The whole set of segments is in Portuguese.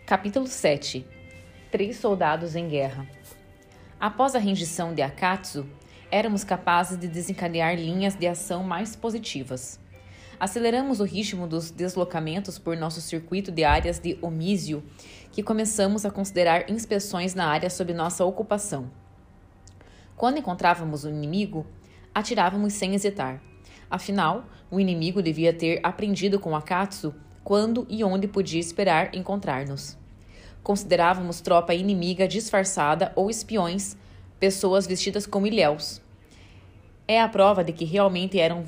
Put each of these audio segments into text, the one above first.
Capítulo 7. 3 soldados em guerra. Após a rendição de Akatsu, éramos capazes de desencadear linhas de ação mais positivas. Aceleramos o ritmo dos deslocamentos por nosso circuito de áreas de omísio, que começamos a considerar inspeções na área sob nossa ocupação. Quando encontrávamos o inimigo, atirávamos sem hesitar. Afinal, o inimigo devia ter aprendido com Akatsu quando e onde podia esperar encontrar-nos. Considerávamos tropa inimiga disfarçada ou espiões, pessoas vestidas como ilhéus. A prova de que realmente eram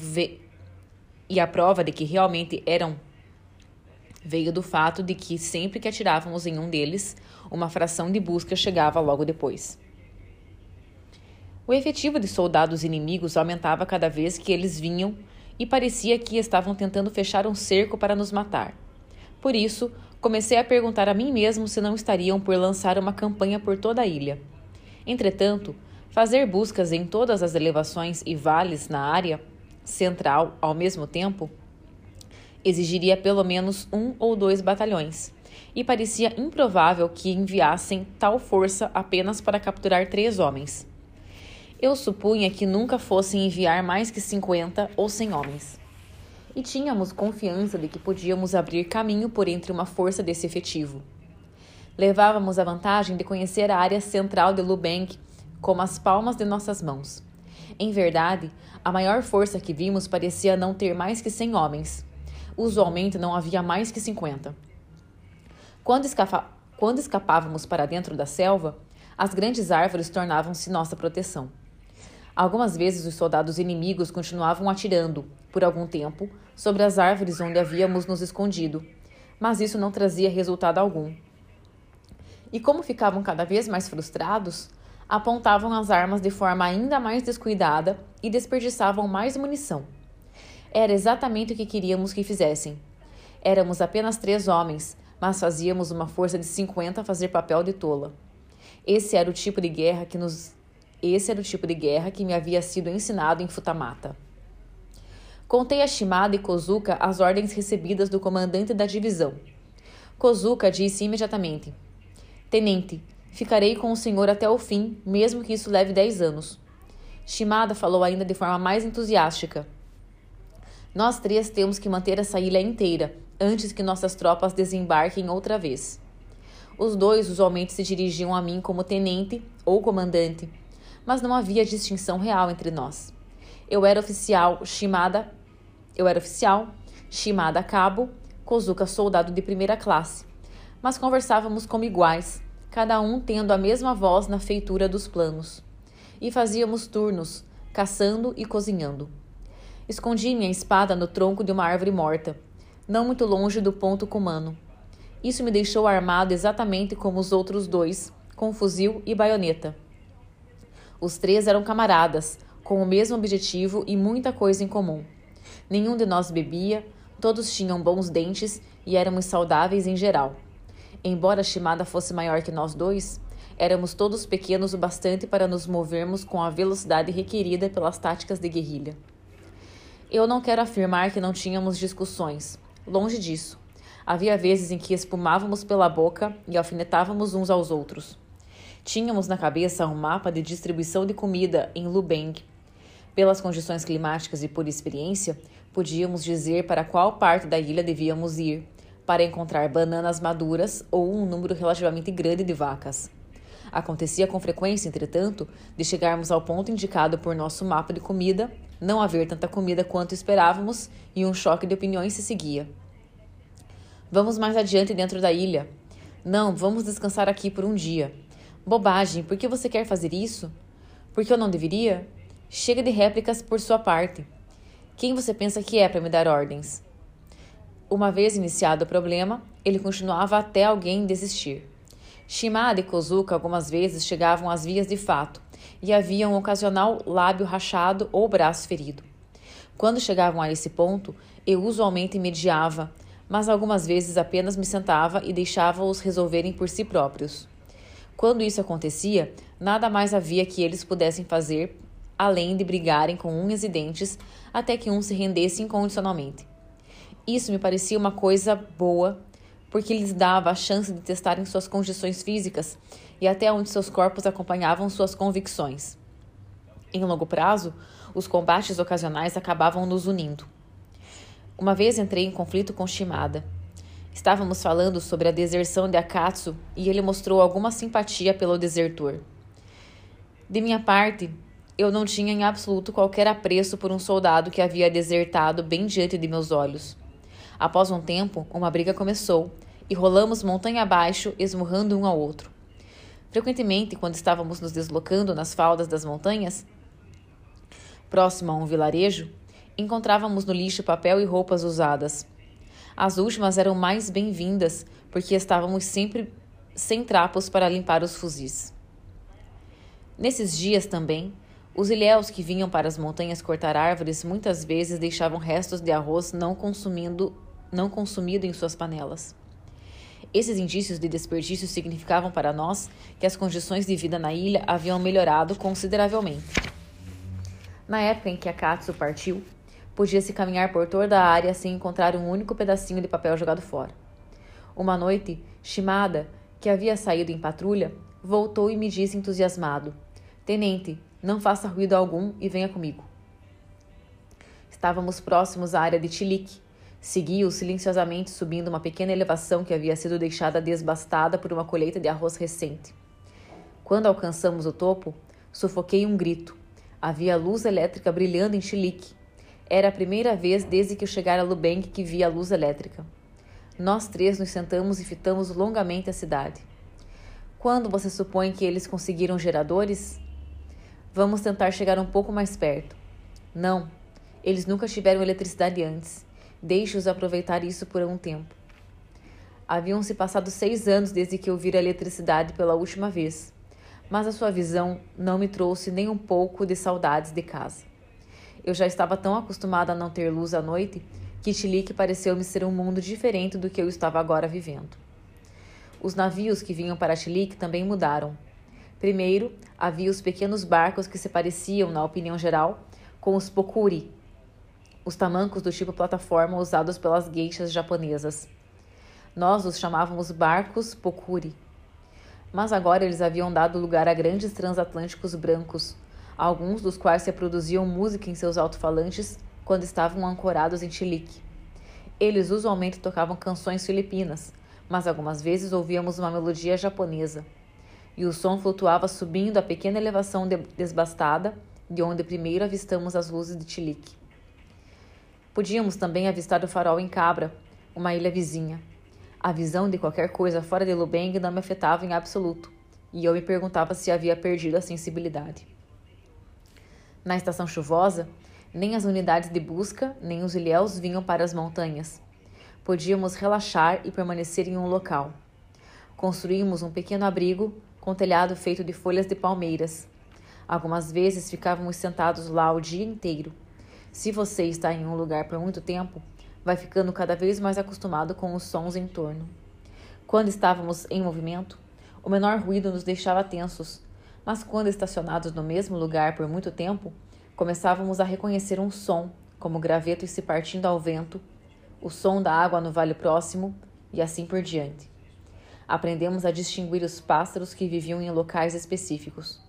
veio do fato de que sempre que atirávamos em um deles, uma fração de busca chegava logo depois. O efetivo de soldados inimigos aumentava cada vez que eles vinham e parecia que estavam tentando fechar um cerco para nos matar. Por isso, comecei a perguntar a mim mesmo se não estariam por lançar uma campanha por toda a ilha. Entretanto, fazer buscas em todas as elevações e vales na área central ao mesmo tempo exigiria pelo menos 1 ou 2 batalhões, e parecia improvável que enviassem tal força apenas para capturar 3 homens. Eu supunha que nunca fossem enviar mais que 50 ou 100 homens. E tínhamos confiança de que podíamos abrir caminho por entre uma força desse efetivo. Levávamos a vantagem de conhecer a área central de Lubeng como as palmas de nossas mãos. Em verdade, a maior força que vimos parecia não ter mais que 100 homens. Usualmente não havia mais que 50. Quando escapávamos para dentro da selva, as grandes árvores tornavam-se nossa proteção. Algumas vezes os soldados inimigos continuavam atirando, por algum tempo, sobre as árvores onde havíamos nos escondido, mas isso não trazia resultado algum. E como ficavam cada vez mais frustrados, apontavam as armas de forma ainda mais descuidada e desperdiçavam mais munição. Era exatamente o que queríamos que fizessem. Éramos apenas 3 homens, mas fazíamos uma força de 50 fazer papel de tola. Esse era o tipo de guerra que me havia sido ensinado em Futamata. Contei a Shimada e Kozuka as ordens recebidas do comandante da divisão. Kozuka disse imediatamente: "Tenente, ficarei com o senhor até o fim, mesmo que isso leve 10 anos. Shimada falou ainda de forma mais entusiástica: "Nós 3 temos que manter essa ilha inteira, antes que nossas tropas desembarquem outra vez." Os 2 usualmente se dirigiam a mim como tenente ou comandante, mas não havia distinção real entre nós. Eu era oficial, Shimada cabo, Kozuka soldado de primeira classe, mas conversávamos como iguais, cada um tendo a mesma voz na feitura dos planos. E fazíamos turnos, caçando e cozinhando. Escondi minha espada no tronco de uma árvore morta, não muito longe do ponto Kumano. Isso me deixou armado exatamente como os outros 2, com fuzil e baioneta. Os 3 eram camaradas, com o mesmo objetivo e muita coisa em comum. Nenhum de nós bebia, todos tinham bons dentes e éramos saudáveis em geral. Embora Shimada fosse maior que nós 2, éramos todos pequenos o bastante para nos movermos com a velocidade requerida pelas táticas de guerrilha. Eu não quero afirmar que não tínhamos discussões. Longe disso. Havia vezes em que espumávamos pela boca e alfinetávamos uns aos outros. Tínhamos na cabeça um mapa de distribuição de comida em Lubeng. Pelas condições climáticas e por experiência, podíamos dizer para qual parte da ilha devíamos ir, para encontrar bananas maduras ou um número relativamente grande de vacas. Acontecia com frequência, entretanto, de chegarmos ao ponto indicado por nosso mapa de comida, não haver tanta comida quanto esperávamos e um choque de opiniões se seguia. "Vamos mais adiante dentro da ilha." "Não, vamos descansar aqui por um dia." "Bobagem, por que você quer fazer isso?" "Porque eu não deveria?" "Chega de réplicas por sua parte." "Quem você pensa que é para me dar ordens?" Uma vez iniciado o problema, ele continuava até alguém desistir. Shimada e Kozuka algumas vezes chegavam às vias de fato e havia um ocasional lábio rachado ou braço ferido. Quando chegavam a esse ponto, eu usualmente mediava, mas algumas vezes apenas me sentava e deixava-os resolverem por si próprios. Quando isso acontecia, nada mais havia que eles pudessem fazer além de brigarem com unhas e dentes até que um se rendesse incondicionalmente. Isso me parecia uma coisa boa, porque lhes dava a chance de testarem suas condições físicas e até onde seus corpos acompanhavam suas convicções. Em longo prazo, os combates ocasionais acabavam nos unindo. Uma vez entrei em conflito com Shimada. Estávamos falando sobre a deserção de Akatsu e ele mostrou alguma simpatia pelo desertor. De minha parte, eu não tinha em absoluto qualquer apreço por um soldado que havia desertado bem diante de meus olhos. Após um tempo, uma briga começou e rolamos montanha abaixo, esmurrando um ao outro. Frequentemente, quando estávamos nos deslocando nas faldas das montanhas, próximo a um vilarejo, encontrávamos no lixo papel e roupas usadas. As últimas eram mais bem-vindas, porque estávamos sempre sem trapos para limpar os fuzis. Nesses dias também, os ilhéus que vinham para as montanhas cortar árvores muitas vezes deixavam restos de arroz não consumido em suas panelas. Esses indícios de desperdício significavam para nós que as condições de vida na ilha haviam melhorado consideravelmente. Na época em que Akatsu partiu, podia-se caminhar por toda a área sem encontrar um único pedacinho de papel jogado fora. Uma noite, Shimada, que havia saído em patrulha, voltou e me disse entusiasmado: "Tenente, não faça ruído algum e venha comigo." Estávamos próximos à área de Tilik. Segui-o silenciosamente subindo uma pequena elevação que havia sido deixada desbastada por uma colheita de arroz recente. Quando alcançamos o topo, sufoquei um grito. Havia luz elétrica brilhando em Tilik. Era a primeira vez desde que eu chegara a Lubeng que via a luz elétrica. Nós três nos sentamos e fitamos longamente a cidade. "Quando você supõe que eles conseguiram geradores?" "Vamos tentar chegar um pouco mais perto." "Não, eles nunca tiveram eletricidade antes. Deixe-os aproveitar isso por um tempo." Haviam-se passado 6 anos desde que eu vira a eletricidade pela última vez, mas a sua visão não me trouxe nem um pouco de saudades de casa. Eu já estava tão acostumada a não ter luz à noite que Tilik pareceu-me ser um mundo diferente do que eu estava agora vivendo. Os navios que vinham para Tilik também mudaram. Primeiro, havia os pequenos barcos que se pareciam, na opinião geral, com os pokuri, os tamancos do tipo plataforma usados pelas geishas japonesas. Nós os chamávamos barcos pokuri. Mas agora eles haviam dado lugar a grandes transatlânticos brancos, alguns dos quais reproduziam música em seus alto-falantes quando estavam ancorados em Tilik. Eles usualmente tocavam canções filipinas, mas algumas vezes ouvíamos uma melodia japonesa, e o som flutuava subindo a pequena elevação desbastada, de onde primeiro avistamos as luzes de Tilik. Podíamos também avistar o farol em Cabra, uma ilha vizinha. A visão de qualquer coisa fora de Lubeng não me afetava em absoluto, e eu me perguntava se havia perdido a sensibilidade. Na estação chuvosa, nem as unidades de busca, nem os ilhéus vinham para as montanhas. Podíamos relaxar e permanecer em um local. Construímos um pequeno abrigo com telhado feito de folhas de palmeiras. Algumas vezes ficávamos sentados lá o dia inteiro. Se você está em um lugar por muito tempo, vai ficando cada vez mais acostumado com os sons em torno. Quando estávamos em movimento, o menor ruído nos deixava tensos, mas quando estacionados no mesmo lugar por muito tempo, começávamos a reconhecer um som, como gravetos se partindo ao vento, o som da água no vale próximo e assim por diante. Aprendemos a distinguir os pássaros que viviam em locais específicos.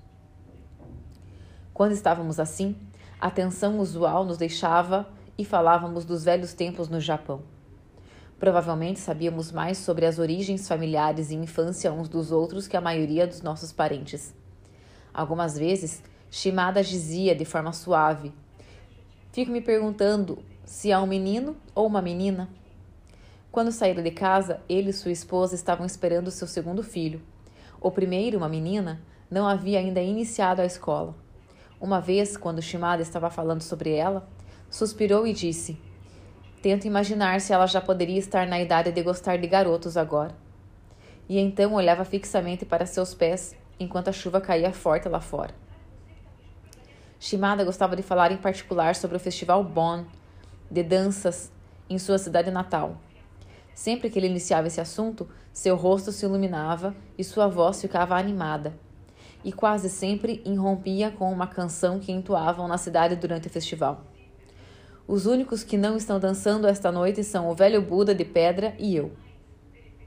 Quando estávamos assim, a tensão usual nos deixava e falávamos dos velhos tempos no Japão. Provavelmente sabíamos mais sobre as origens familiares e infância uns dos outros que a maioria dos nossos parentes. Algumas vezes, Shimada dizia de forma suave: "Fico me perguntando se há um menino ou uma menina." Quando saíram de casa, ele e sua esposa estavam esperando seu segundo filho. O primeiro, uma menina, não havia ainda iniciado a escola. Uma vez, quando Shimada estava falando sobre ela, suspirou e disse: "Tento imaginar se ela já poderia estar na idade de gostar de garotos agora." E então olhava fixamente para seus pés, enquanto a chuva caía forte lá fora. Shimada gostava de falar em particular sobre o festival Bon, de danças, em sua cidade natal. Sempre que ele iniciava esse assunto, seu rosto se iluminava e sua voz ficava animada. E quase sempre irrompia com uma canção que entoavam na cidade durante o festival. "Os únicos que não estão dançando esta noite são o velho Buda de pedra e eu."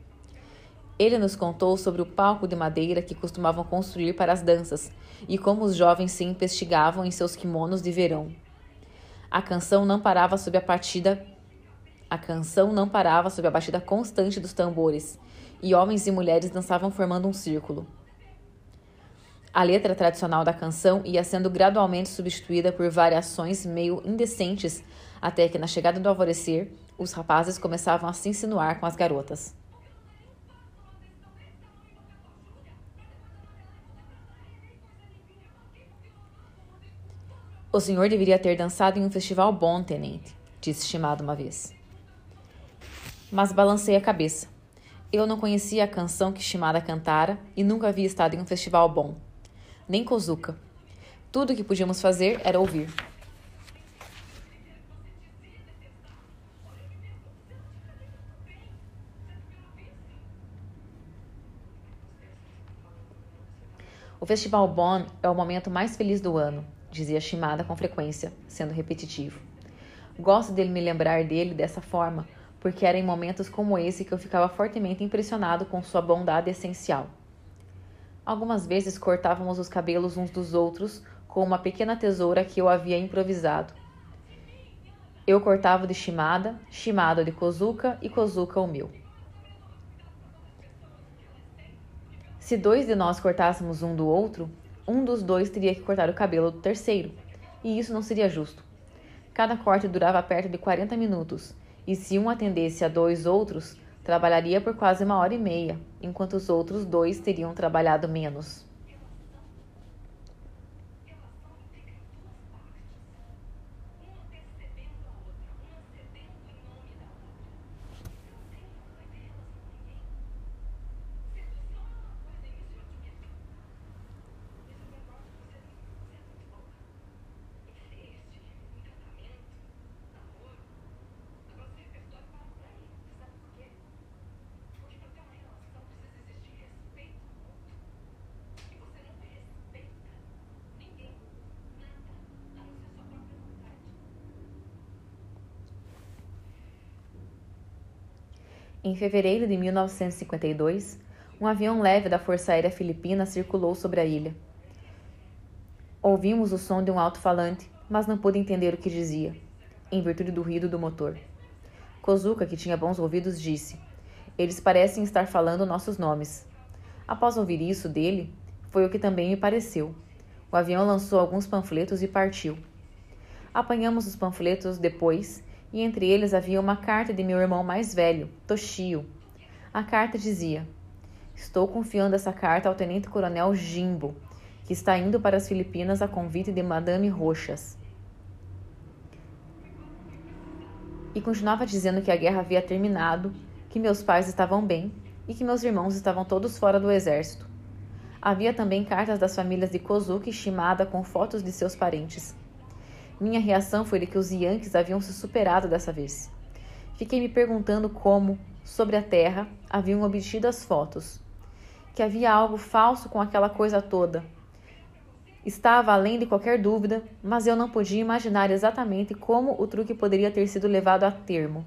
Ele nos contou sobre o palco de madeira que costumavam construir para as danças e como os jovens se empestigavam em seus kimonos de verão. A canção não parava sob a batida constante dos tambores, e homens e mulheres dançavam formando um círculo. A letra tradicional da canção ia sendo gradualmente substituída por variações meio indecentes, até que, na chegada do alvorecer, os rapazes começavam a se insinuar com as garotas. O senhor deveria ter dançado em um festival bom, tenente, disse Shimada uma vez. Mas balancei a cabeça. Eu não conhecia a canção que Shimada cantara e nunca havia estado em um festival bom. Nem Kozuka. Tudo o que podíamos fazer era ouvir. O Festival Bon é o momento mais feliz do ano, dizia Shimada com frequência, sendo repetitivo. Gosto de me lembrar dele dessa forma, porque era em momentos como esse que eu ficava fortemente impressionado com sua bondade essencial. Algumas vezes cortávamos os cabelos uns dos outros com uma pequena tesoura que eu havia improvisado. Eu cortava de Shimada, Shimada de Kozuka e Kozuka o meu. Se 2 de nós cortássemos um do outro, um dos 2 teria que cortar o cabelo do terceiro, e isso não seria justo. Cada corte durava perto de 40 minutos, e se um atendesse a 2 outros, trabalharia por quase 1h30, enquanto os outros 2 teriam trabalhado menos. Em fevereiro de 1952, um avião leve da Força Aérea Filipina circulou sobre a ilha. Ouvimos o som de um alto-falante, mas não pude entender o que dizia, em virtude do ruído do motor. Kozuka, que tinha bons ouvidos, disse: "Eles parecem estar falando nossos nomes." Após ouvir isso dele, foi o que também me pareceu. O avião lançou alguns panfletos e partiu. Apanhamos os panfletos depois, e entre eles havia uma carta de meu irmão mais velho, Toshio. A carta dizia: "Estou confiando essa carta ao tenente-coronel Jimbo, que está indo para as Filipinas a convite de Madame Roxas." E continuava dizendo que a guerra havia terminado, que meus pais estavam bem e que meus irmãos estavam todos fora do exército. Havia também cartas das famílias de Kozuki e Shimada com fotos de seus parentes. Minha reação foi de que os Yankees haviam se superado dessa vez. Fiquei me perguntando como, sobre a terra, haviam obtido as fotos. Que havia algo falso com aquela coisa toda. Estava além de qualquer dúvida, mas eu não podia imaginar exatamente como o truque poderia ter sido levado a termo.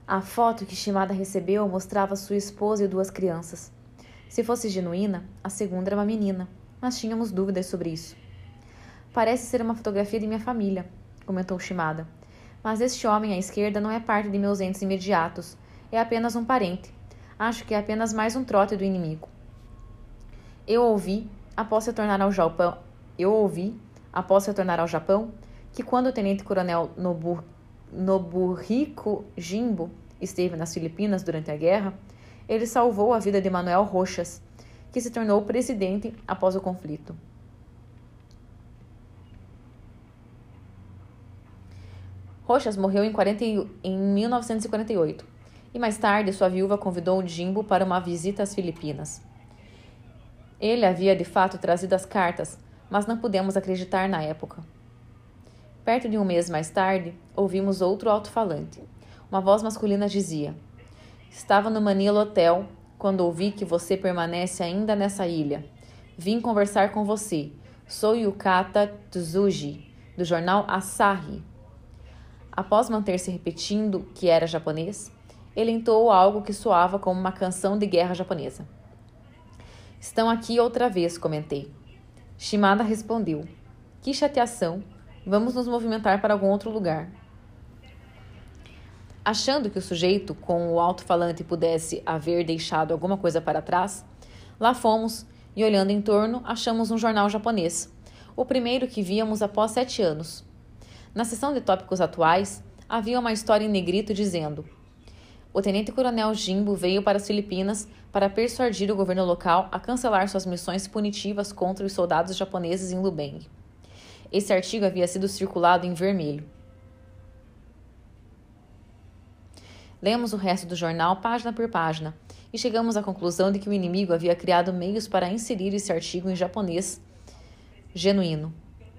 A foto que Shimada recebeu mostrava sua esposa e 2 crianças. Se fosse genuína, a segunda era uma menina, mas tínhamos dúvidas sobre isso. Parece ser uma fotografia de minha família, comentou Shimada. Mas este homem à esquerda não é parte de meus entes imediatos. É apenas um parente. Acho que é apenas mais um trote do inimigo. Eu ouvi, após retornar ao Japão, que quando o tenente-coronel Nobuhiko Jimbo esteve nas Filipinas durante a guerra, ele salvou a vida de Manuel Roxas, que se tornou presidente após o conflito. Roxas morreu em 1948 e mais tarde sua viúva convidou Jimbo para uma visita às Filipinas. Ele havia de fato trazido as cartas, mas não pudemos acreditar na época. Perto de um mês mais tarde, ouvimos outro alto-falante. Uma voz masculina dizia: "Estava no Manila Hotel quando ouvi que você permanece ainda nessa ilha. Vim conversar com você. Sou Yukata Tsuji, do jornal Asahi." Após manter-se repetindo que era japonês, ele entoou algo que soava como uma canção de guerra japonesa. "Estão aqui outra vez", comentei. Shimada respondeu: "Que chateação. Vamos nos movimentar para algum outro lugar." Achando que o sujeito com o alto-falante pudesse haver deixado alguma coisa para trás, lá fomos e, olhando em torno, achamos um jornal japonês, o primeiro que víamos após 7 anos. Na seção de tópicos atuais, havia uma história em negrito dizendo: "O tenente-coronel Jimbo veio para as Filipinas para persuadir o governo local a cancelar suas missões punitivas contra os soldados japoneses em Lubeng." Esse artigo havia sido circulado em vermelho. Lemos o resto do jornal página por página e chegamos à conclusão de que o inimigo havia criado meios para inserir esse artigo em japonês genuíno.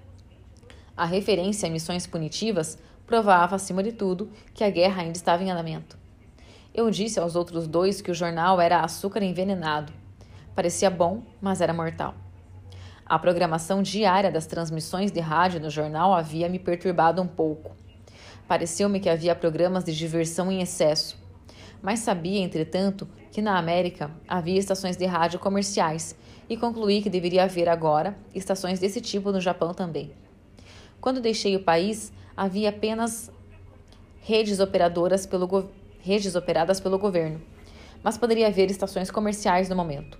A referência a missões punitivas provava, acima de tudo, que a guerra ainda estava em andamento. Eu disse aos outros 2 que o jornal era açúcar envenenado. Parecia bom, mas era mortal. A programação diária das transmissões de rádio no jornal havia me perturbado um pouco. Pareceu-me que havia programas de diversão em excesso. Mas sabia, entretanto, que na América havia estações de rádio comerciais e concluí que deveria haver agora estações desse tipo no Japão também. Quando deixei o país, havia apenas redes operadas pelo governo, mas poderia haver estações comerciais no momento.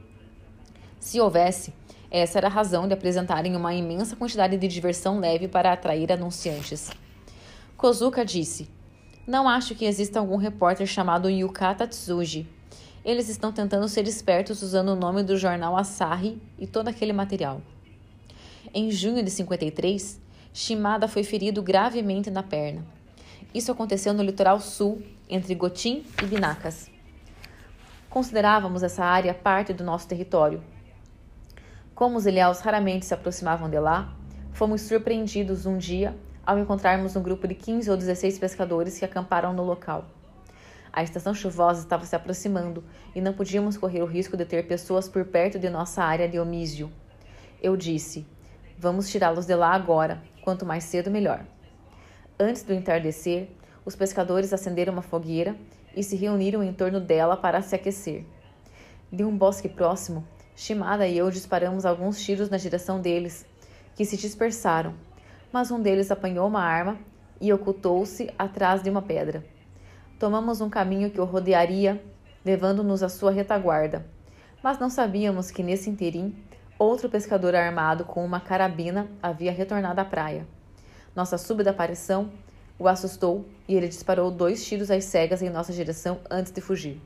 Se houvesse, essa era a razão de apresentarem uma imensa quantidade de diversão leve para atrair anunciantes. Kozuka disse: "Não acho que exista algum repórter chamado Yukata Tsuji. Eles estão tentando ser espertos usando o nome do jornal Asahi e todo aquele material." Em junho de 53, Shimada foi ferido gravemente na perna. Isso aconteceu no litoral sul, entre Gotin e Binacas. Considerávamos essa área parte do nosso território. Como os ilhéus raramente se aproximavam de lá, fomos surpreendidos um dia ao encontrarmos um grupo de 15 ou 16 pescadores que acamparam no local. A estação chuvosa estava se aproximando e não podíamos correr o risco de ter pessoas por perto de nossa área de omísio. Eu disse: "Vamos tirá-los de lá agora, quanto mais cedo melhor." Antes do entardecer, os pescadores acenderam uma fogueira e se reuniram em torno dela para se aquecer. De um bosque próximo, Shimada e eu disparamos alguns tiros na direção deles, que se dispersaram, mas um deles apanhou uma arma e ocultou-se atrás de uma pedra. Tomamos um caminho que o rodearia, levando-nos à sua retaguarda, mas não sabíamos que nesse interim outro pescador armado com uma carabina havia retornado à praia. Nossa súbita aparição o assustou e ele disparou 2 tiros às cegas em nossa direção antes de fugir.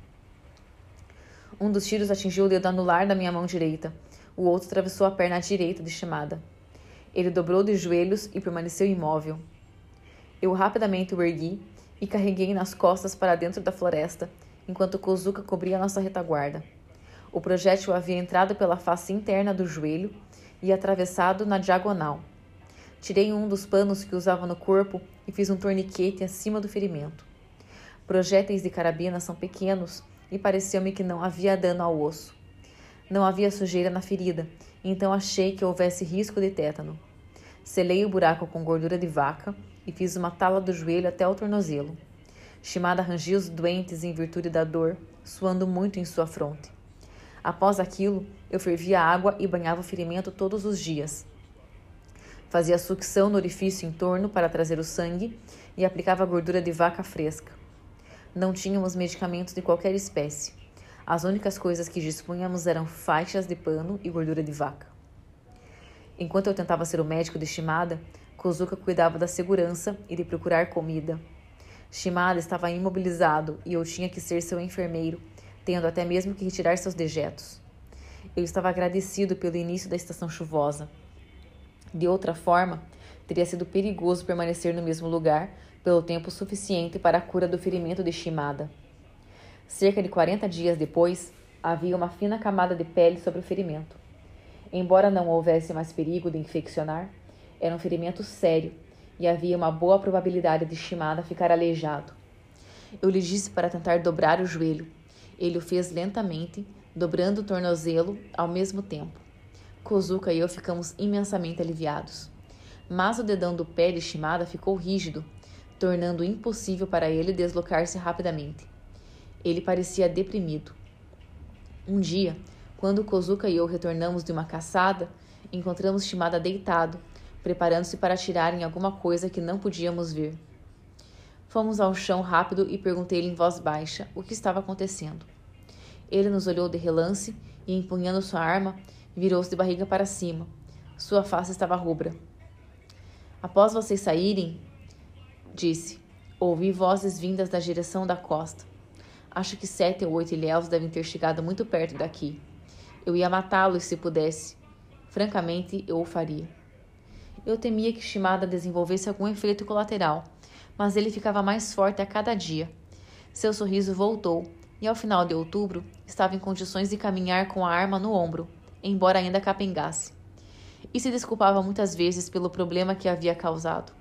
Um dos tiros atingiu o dedo anular da minha mão direita, o outro atravessou a perna direita de Shimada. Ele dobrou de joelhos e permaneceu imóvel. Eu rapidamente o ergui e carreguei nas costas para dentro da floresta, enquanto Kozuka cobria nossa retaguarda. O projétil havia entrado pela face interna do joelho e atravessado na diagonal. Tirei um dos panos que usava no corpo e fiz um torniquete acima do ferimento. Projéteis de carabina são pequenos e pareceu-me que não havia dano ao osso. Não havia sujeira na ferida, então achei que houvesse risco de tétano. Selei o buraco com gordura de vaca e fiz uma tala do joelho até o tornozelo. Shimada rangia os doentes em virtude da dor, suando muito em sua fronte. Após aquilo, eu fervia água e banhava o ferimento todos os dias. Fazia sucção no orifício em torno para trazer o sangue e aplicava gordura de vaca fresca. Não tínhamos medicamentos de qualquer espécie. As únicas coisas que dispunhamos eram faixas de pano e gordura de vaca. Enquanto eu tentava ser o médico de Shimada, Kozuka cuidava da segurança e de procurar comida. Shimada estava imobilizado e eu tinha que ser seu enfermeiro, tendo até mesmo que retirar seus dejetos. Eu estava agradecido pelo início da estação chuvosa. De outra forma, teria sido perigoso permanecer no mesmo lugar pelo tempo suficiente para a cura do ferimento de Shimada. Cerca de 40 dias depois, havia uma fina camada de pele sobre o ferimento. Embora não houvesse mais perigo de infeccionar, era um ferimento sério e havia uma boa probabilidade de Shimada ficar aleijado. Eu lhe disse para tentar dobrar o joelho. Ele o fez lentamente, dobrando o tornozelo ao mesmo tempo. Kozuka e eu ficamos imensamente aliviados. Mas o dedão do pé de Shimada ficou rígido, tornando impossível para ele deslocar-se rapidamente. Ele parecia deprimido. Um dia, quando Kozuka e eu retornamos de uma caçada, encontramos Shimada deitado, preparando-se para atirar em alguma coisa que não podíamos ver. Fomos ao chão rápido e perguntei-lhe em voz baixa o que estava acontecendo. Ele nos olhou de relance e, empunhando sua arma, virou-se de barriga para cima. Sua face estava rubra. Após vocês saírem, disse, ouvi vozes vindas da direção da costa. Acho que 7 ou 8 ilhéus devem ter chegado muito perto daqui. Eu ia matá-los se pudesse. Francamente, eu o faria. Eu temia que Shimada desenvolvesse algum efeito colateral, mas ele ficava mais forte a cada dia. Seu sorriso voltou e, ao final de outubro, estava em condições de caminhar com a arma no ombro, embora ainda capengasse. E se desculpava muitas vezes pelo problema que havia causado.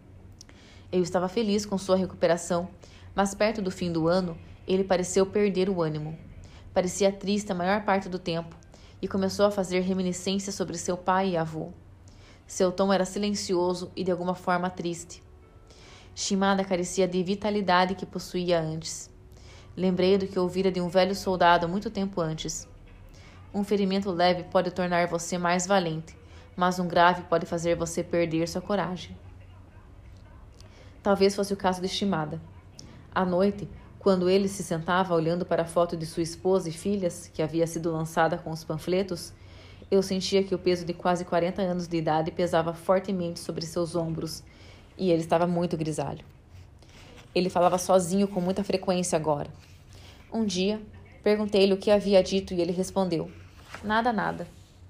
Eu estava feliz com sua recuperação, mas perto do fim do ano, ele pareceu perder o ânimo. Parecia triste a maior parte do tempo e começou a fazer reminiscências sobre seu pai e avô. Seu tom era silencioso e de alguma forma triste. Shimada carecia de vitalidade que possuía antes. Lembrei do que ouvira de um velho soldado muito tempo antes. Um ferimento leve pode tornar você mais valente, mas um grave pode fazer você perder sua coragem. Talvez fosse o caso de Shimada. À noite, quando ele se sentava olhando para a foto de sua esposa e filhas, que havia sido lançada com os panfletos, eu sentia que o peso de quase 40 anos de idade pesava fortemente sobre seus ombros, e ele estava muito grisalho. Ele falava sozinho com muita frequência agora. Um dia, perguntei-lhe o que havia dito e ele respondeu, nada, nada.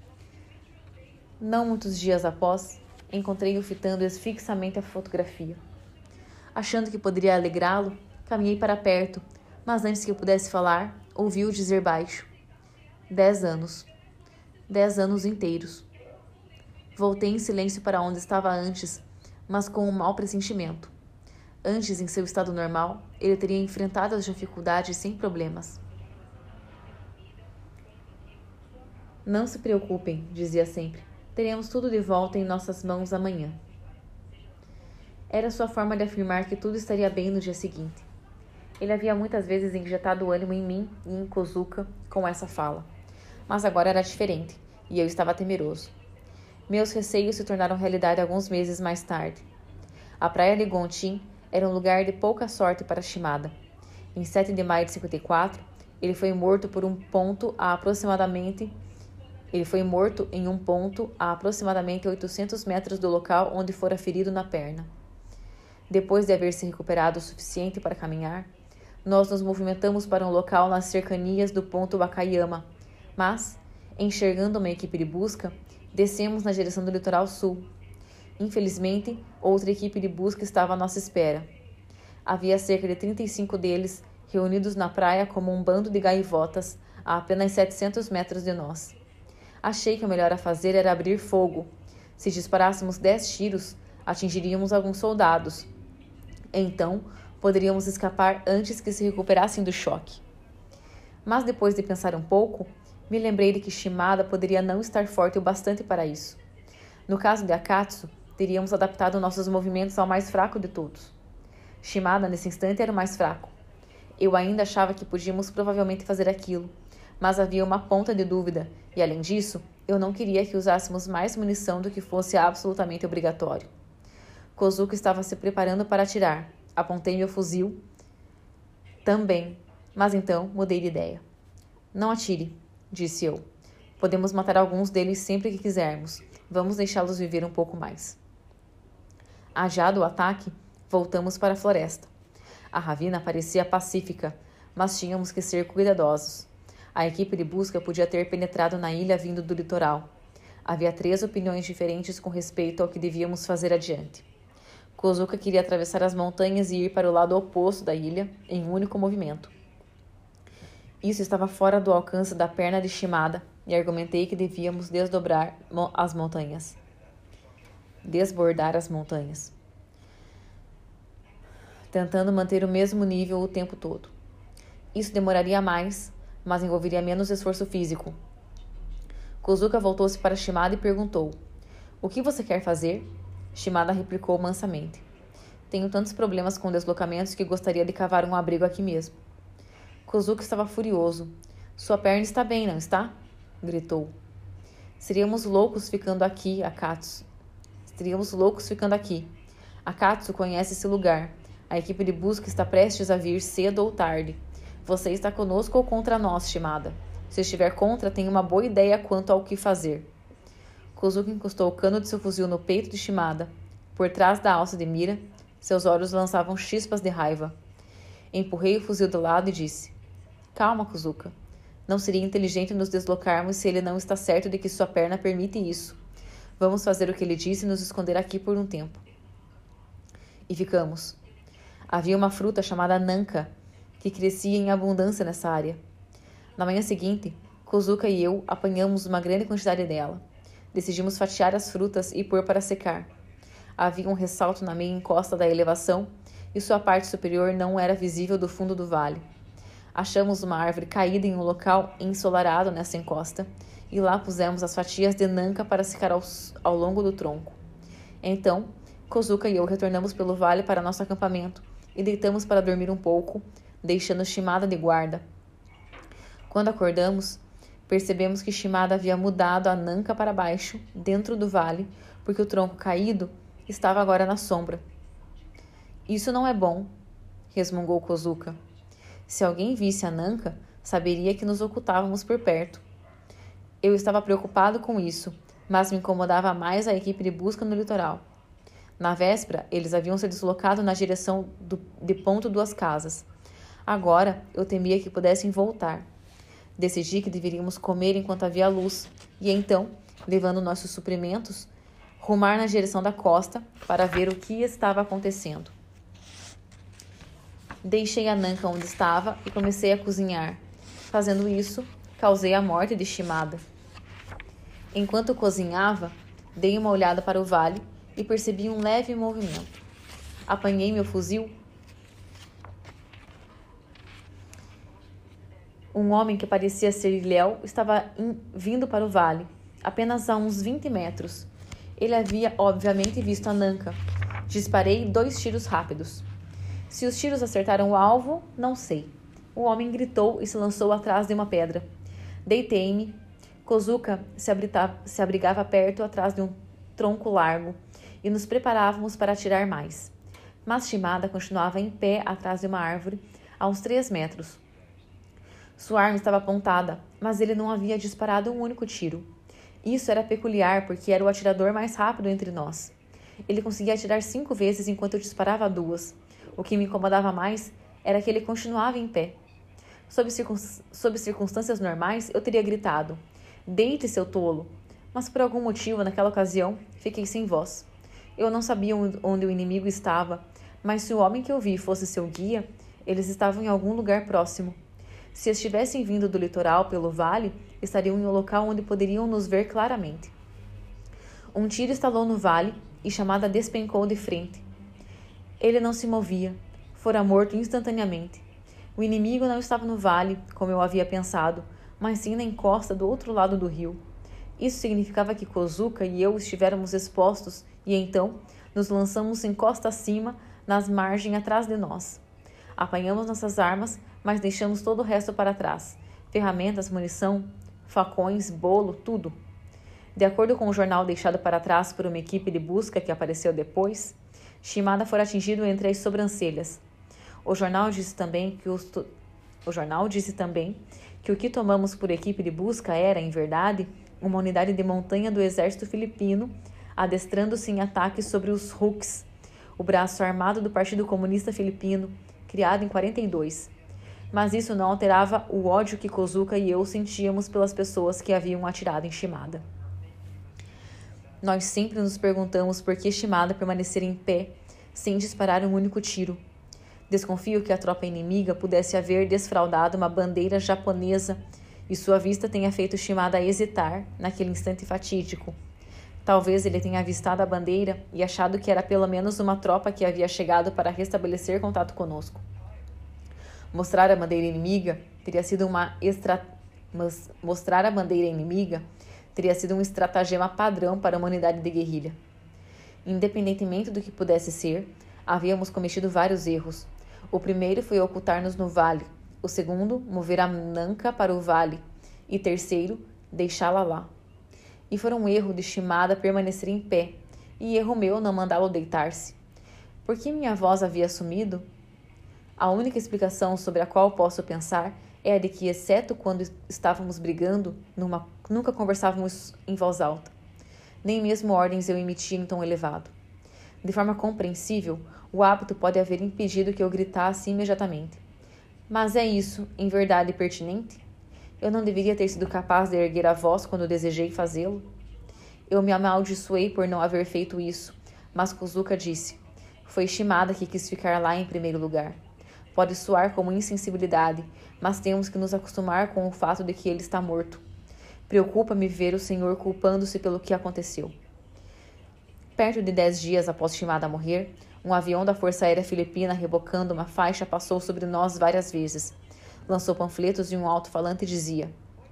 Não muitos dias após, encontrei-o fitando fixamente a fotografia. Achando que poderia alegrá-lo, caminhei para perto, mas antes que eu pudesse falar, ouvi-o dizer baixo. 10 anos. 10 anos inteiros. Voltei em silêncio para onde estava antes, mas com um mau pressentimento. Antes, em seu estado normal, ele teria enfrentado as dificuldades sem problemas. Não se preocupem, dizia sempre. Teremos tudo de volta em nossas mãos amanhã. Era sua forma de afirmar que tudo estaria bem no dia seguinte. Ele havia muitas vezes injetado ânimo em mim e em Kozuka com essa fala. Mas agora era diferente, e eu estava temeroso. Meus receios se tornaram realidade alguns meses mais tarde. A praia de Gontin era um lugar de pouca sorte para Shimada. Em 7 de maio de 54, ele foi morto em um ponto a aproximadamente 800 metros do local onde fora ferido na perna. Depois de haver se recuperado o suficiente para caminhar, nós nos movimentamos para um local nas cercanias do ponto Wakayama, mas, enxergando uma equipe de busca, descemos na direção do litoral sul. Infelizmente, outra equipe de busca estava à nossa espera. Havia cerca de 35 deles reunidos na praia como um bando de gaivotas a apenas 700 metros de nós. Achei que o melhor a fazer era abrir fogo. Se disparássemos 10 tiros, atingiríamos alguns soldados. Então, poderíamos escapar antes que se recuperassem do choque. Mas depois de pensar um pouco, me lembrei de que Shimada poderia não estar forte o bastante para isso. No caso de Akatsu, teríamos adaptado nossos movimentos ao mais fraco de todos. Shimada, nesse instante, era o mais fraco. Eu ainda achava que podíamos provavelmente fazer aquilo, mas havia uma ponta de dúvida, e além disso, eu não queria que usássemos mais munição do que fosse absolutamente obrigatório. Kozuka estava se preparando para atirar. Apontei meu fuzil também, mas então mudei de ideia. Não atire, disse eu. Podemos matar alguns deles sempre que quisermos. Vamos deixá-los viver um pouco mais. Ajado o ataque, voltamos para a floresta. A ravina parecia pacífica, mas tínhamos que ser cuidadosos. A equipe de busca podia ter penetrado na ilha vindo do litoral. Havia 3 opiniões diferentes com respeito ao que devíamos fazer adiante. Kozuka queria atravessar as montanhas e ir para o lado oposto da ilha em um único movimento. Isso estava fora do alcance da perna de Shimada e argumentei que devíamos desbordar as montanhas. Tentando manter o mesmo nível o tempo todo. Isso demoraria mais, mas envolveria menos esforço físico. Kozuka voltou-se para Shimada e perguntou: "O que você quer fazer?" Shimada replicou mansamente: "Tenho tantos problemas com deslocamentos que gostaria de cavar um abrigo aqui mesmo." Kozuka estava furioso. "Sua perna está bem, não está?" gritou. Seríamos loucos ficando aqui, Akatsu. Akatsu conhece esse lugar. A equipe de busca está prestes a vir cedo ou tarde. Você está conosco ou contra nós, Shimada? Se estiver contra, tenho uma boa ideia quanto ao que fazer." Kozuka encostou o cano de seu fuzil no peito de Shimada. Por trás da alça de mira, seus olhos lançavam chispas de raiva. Empurrei o fuzil do lado e disse: "Calma, Kozuka. Não seria inteligente nos deslocarmos se ele não está certo de que sua perna permite isso. Vamos fazer o que ele disse e nos esconder aqui por um tempo." E ficamos. Havia uma fruta chamada nanka, que crescia em abundância nessa área. Na manhã seguinte, Kozuka e eu apanhamos uma grande quantidade dela. Decidimos fatiar as frutas e pôr para secar. Havia um ressalto na meia encosta da elevação e sua parte superior não era visível do fundo do vale. Achamos uma árvore caída em um local ensolarado nessa encosta e lá pusemos as fatias de nanka para secar ao longo do tronco. Então, Kozuka e eu retornamos pelo vale para nosso acampamento e deitamos para dormir um pouco, deixando Shimada de guarda. Quando acordamos, percebemos que Shimada havia mudado a nanka para baixo, dentro do vale, porque o tronco caído estava agora na sombra. "Isso não é bom", resmungou Kozuka. "Se alguém visse a nanka, saberia que nos ocultávamos por perto." Eu estava preocupado com isso, mas me incomodava mais a equipe de busca no litoral. Na véspera, eles haviam se deslocado na direção de Ponto Duas Casas. Agora, eu temia que pudessem voltar. Decidi que deveríamos comer enquanto havia luz e então, levando nossos suprimentos, rumar na direção da costa para ver o que estava acontecendo. Deixei a nanka onde estava e comecei a cozinhar. Fazendo isso, causei a morte de Shimada. Enquanto cozinhava, dei uma olhada para o vale e percebi um leve movimento. Apanhei meu fuzil. Um homem que parecia ser ilhéu estava vindo para o vale, apenas a uns 20 metros. Ele havia, obviamente, visto a nanka. Disparei 2 tiros rápidos. Se os tiros acertaram o alvo, não sei. O homem gritou e se lançou atrás de uma pedra. Deitei-me. Kozuka se abrigava perto atrás de um tronco largo e nos preparávamos para atirar mais. Mas Shimada continuava em pé atrás de uma árvore, a uns 3 metros. Sua arma estava apontada, mas ele não havia disparado um único tiro. Isso era peculiar porque era o atirador mais rápido entre nós. Ele conseguia atirar 5 vezes enquanto eu disparava 2. O que me incomodava mais era que ele continuava em pé. Sob circunstâncias normais, eu teria gritado: "Deite, seu tolo!" Mas por algum motivo, naquela ocasião, fiquei sem voz. Eu não sabia onde o inimigo estava, mas se o homem que eu vi fosse seu guia, eles estavam em algum lugar próximo. Se estivessem vindo do litoral pelo vale, estariam em um local onde poderiam nos ver claramente. Um tiro estalou no vale e Shimada despencou de frente. Ele não se movia. Fora morto instantaneamente. O inimigo não estava no vale, como eu havia pensado, mas sim na encosta do outro lado do rio. Isso significava que Kozuka e eu estivéramos expostos e então nos lançamos encosta acima nas margens atrás de nós. Apanhamos nossas armas, mas deixamos todo o resto para trás. Ferramentas, munição, facões, bolo, tudo. De acordo com o jornal deixado para trás por uma equipe de busca que apareceu depois, Shimada foi atingido entre as sobrancelhas. O jornal disse também que o que tomamos por equipe de busca era, em verdade, uma unidade de montanha do exército filipino adestrando-se em ataques sobre os Hooks, o braço armado do Partido Comunista Filipino, criado em 42. Mas isso não alterava o ódio que Kozuka e eu sentíamos pelas pessoas que haviam atirado em Shimada. Nós sempre nos perguntamos por que Shimada permanecera em pé, sem disparar um único tiro. Desconfio que a tropa inimiga pudesse haver desfraldado uma bandeira japonesa e sua vista tenha feito Shimada hesitar naquele instante fatídico. Talvez ele tenha avistado a bandeira e achado que era pelo menos uma tropa que havia chegado para restabelecer contato conosco. Mostrar a bandeira inimiga teria sido um estratagema padrão para uma unidade de guerrilha. Independentemente do que pudesse ser, havíamos cometido vários erros. O primeiro foi ocultar-nos no vale, o segundo, mover a Nanka para o vale, e terceiro, deixá-la lá. E foi um erro de Shimada permanecer em pé, e erro meu não mandá-lo deitar-se. Por que minha voz havia sumido? A única explicação sobre a qual posso pensar é a de que, exceto quando estávamos brigando, nunca conversávamos em voz alta. Nem mesmo ordens eu emitia em tom elevado. De forma compreensível, o hábito pode haver impedido que eu gritasse imediatamente. Mas é isso, em verdade, pertinente? Eu não deveria ter sido capaz de erguer a voz quando desejei fazê-lo? Eu me amaldiçoei por não haver feito isso, mas Kozuka disse: foi Shimada que quis ficar lá em primeiro lugar. Pode soar como insensibilidade, mas temos que nos acostumar com o fato de que ele está morto. Preocupa-me ver o senhor culpando-se pelo que aconteceu. Perto de 10 dias após Shimada morrer, um avião da Força Aérea Filipina rebocando uma faixa passou sobre nós várias vezes. Lançou panfletos e um alto-falante dizia: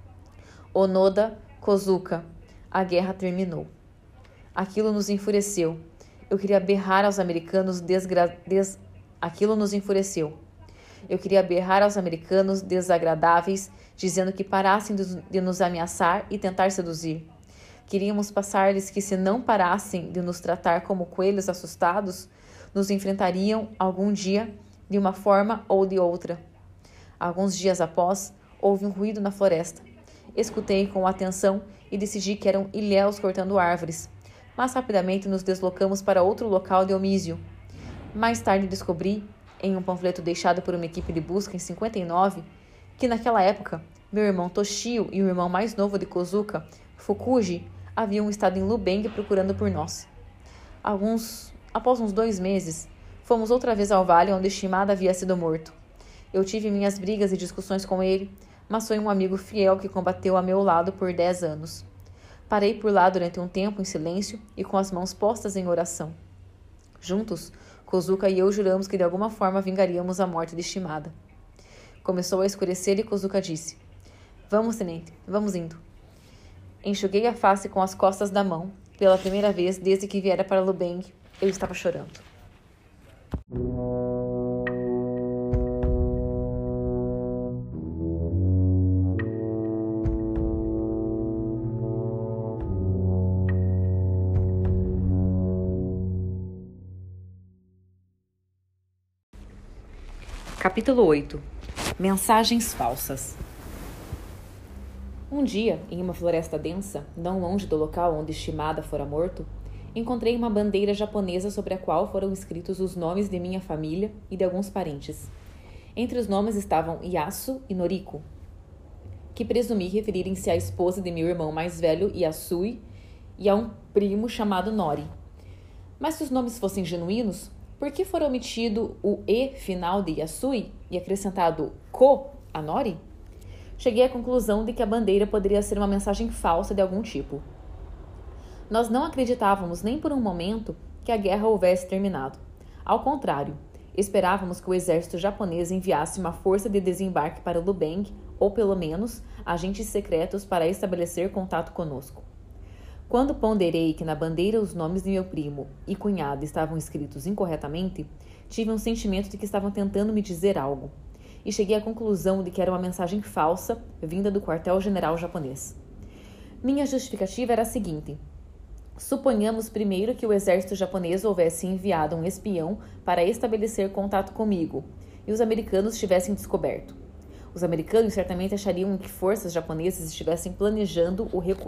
Onoda, Kozuka, a guerra terminou. Aquilo nos enfureceu. Eu queria berrar aos americanos Aquilo nos enfureceu. Eu queria berrar aos americanos desagradáveis, dizendo que parassem de nos ameaçar e tentar seduzir. Queríamos passar-lhes que, se não parassem de nos tratar como coelhos assustados, nos enfrentariam algum dia, de uma forma ou de outra. Alguns dias após, houve um ruído na floresta. Escutei com atenção e decidi que eram ilhéus cortando árvores, mas rapidamente nos deslocamos para outro local de Omísio. Mais tarde descobri, em um panfleto deixado por uma equipe de busca em 59, que naquela época meu irmão Toshio e o irmão mais novo de Kozuka, Fukuji, haviam estado em Lubeng procurando por nós. Após uns 2 meses, fomos outra vez ao vale onde Shimada havia sido morto. Eu tive minhas brigas e discussões com ele, mas foi um amigo fiel que combateu a meu lado por 10 anos. Parei por lá durante um tempo em silêncio e com as mãos postas em oração. Juntos, Kozuka e eu juramos que de alguma forma vingaríamos a morte de Shimada. Começou a escurecer e Kozuka disse: Vamos, tenente, vamos indo. Enxuguei a face com as costas da mão. Pela primeira vez desde que viera para Lubeng, eu estava chorando. Capítulo 8. Mensagens falsas. Um dia, em uma floresta densa, não longe do local onde Shimada fora morto, encontrei uma bandeira japonesa sobre a qual foram escritos os nomes de minha família e de alguns parentes. Entre os nomes estavam Yasu e Noriko, que presumi referirem-se à esposa de meu irmão mais velho, Yasui, e a um primo chamado Nori. Mas se os nomes fossem genuínos, por que fora omitido o E final de Yasui e acrescentado Ko a Nori? Cheguei à conclusão de que a bandeira poderia ser uma mensagem falsa de algum tipo. Nós não acreditávamos nem por um momento que a guerra houvesse terminado. Ao contrário, esperávamos que o exército japonês enviasse uma força de desembarque para Lubeng, ou pelo menos agentes secretos para estabelecer contato conosco. Quando ponderei que na bandeira os nomes de meu primo e cunhado estavam escritos incorretamente, tive um sentimento de que estavam tentando me dizer algo, e cheguei à conclusão de que era uma mensagem falsa vinda do quartel-general japonês. Minha justificativa era a seguinte: suponhamos primeiro que o exército japonês houvesse enviado um espião para estabelecer contato comigo, e os americanos tivessem descoberto. Os americanos certamente achariam que forças japonesas estivessem planejando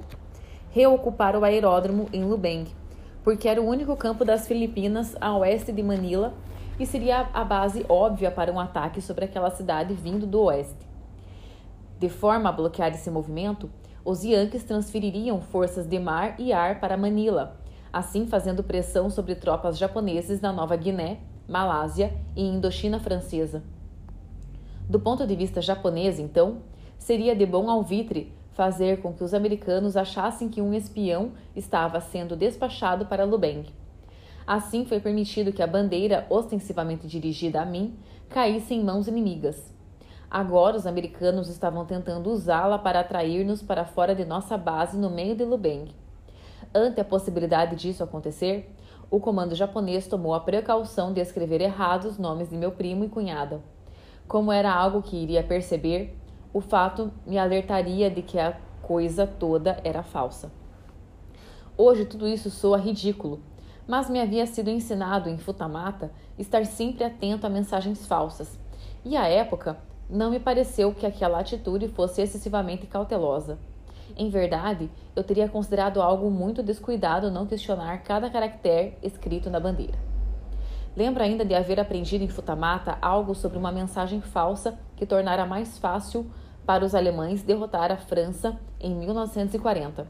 reocupar o aeródromo em Lubeng, porque era o único campo das Filipinas a oeste de Manila e seria a base óbvia para um ataque sobre aquela cidade vindo do oeste. De forma a bloquear esse movimento, os Yankees transfeririam forças de mar e ar para Manila, assim fazendo pressão sobre tropas japoneses na Nova Guiné, Malásia e Indochina Francesa. Do ponto de vista japonês, então, seria de bom alvitre fazer com que os americanos achassem que um espião estava sendo despachado para Lubeng. Assim foi permitido que a bandeira, ostensivamente dirigida a mim, caísse em mãos inimigas. Agora os americanos estavam tentando usá-la para atrair-nos para fora de nossa base no meio de Lubeng. Ante a possibilidade disso acontecer, o comando japonês tomou a precaução de escrever errados os nomes de meu primo e cunhada. Como era algo que iria perceber, o fato me alertaria de que a coisa toda era falsa. Hoje tudo isso soa ridículo, mas me havia sido ensinado em Futamata estar sempre atento a mensagens falsas, e à época não me pareceu que aquela atitude fosse excessivamente cautelosa. Em verdade, eu teria considerado algo muito descuidado não questionar cada caractere escrito na bandeira. Lembro ainda de haver aprendido em Futamata algo sobre uma mensagem falsa que tornara mais fácil para os alemães derrotar a França em 1940.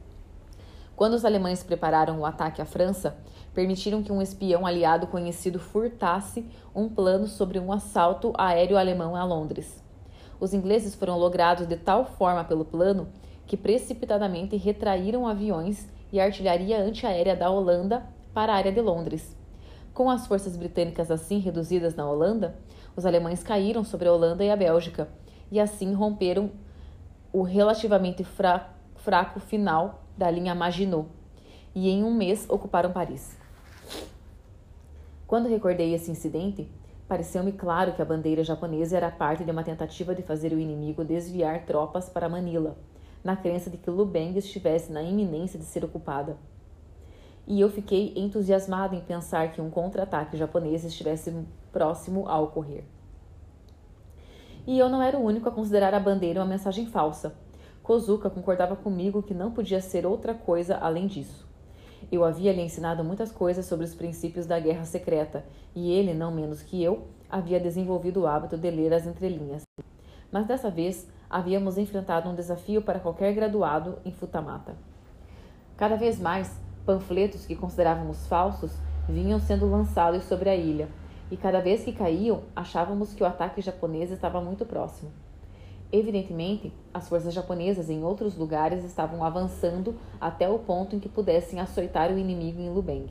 Quando os alemães prepararam o ataque à França, permitiram que um espião aliado conhecido furtasse um plano sobre um assalto aéreo alemão a Londres. Os ingleses foram logrados de tal forma pelo plano que precipitadamente retraíram aviões e artilharia antiaérea da Holanda para a área de Londres. Com as forças britânicas assim reduzidas na Holanda, os alemães caíram sobre a Holanda e a Bélgica, e assim romperam o relativamente fraco final da linha Maginot, e em um mês ocuparam Paris. Quando recordei esse incidente, pareceu-me claro que a bandeira japonesa era parte de uma tentativa de fazer o inimigo desviar tropas para Manila, na crença de que Lubeng estivesse na iminência de ser ocupada. E eu fiquei entusiasmado em pensar que um contra-ataque japonês estivesse próximo a ocorrer. E eu não era o único a considerar a bandeira uma mensagem falsa. Kozuka concordava comigo que não podia ser outra coisa além disso. Eu havia lhe ensinado muitas coisas sobre os princípios da guerra secreta, e ele, não menos que eu, havia desenvolvido o hábito de ler as entrelinhas. Mas dessa vez, havíamos enfrentado um desafio para qualquer graduado em Futamata. Cada vez mais, panfletos que considerávamos falsos vinham sendo lançados sobre a ilha, e cada vez que caíam, achávamos que o ataque japonês estava muito próximo. Evidentemente, as forças japonesas em outros lugares estavam avançando até o ponto em que pudessem açoitar o inimigo em Lubeng.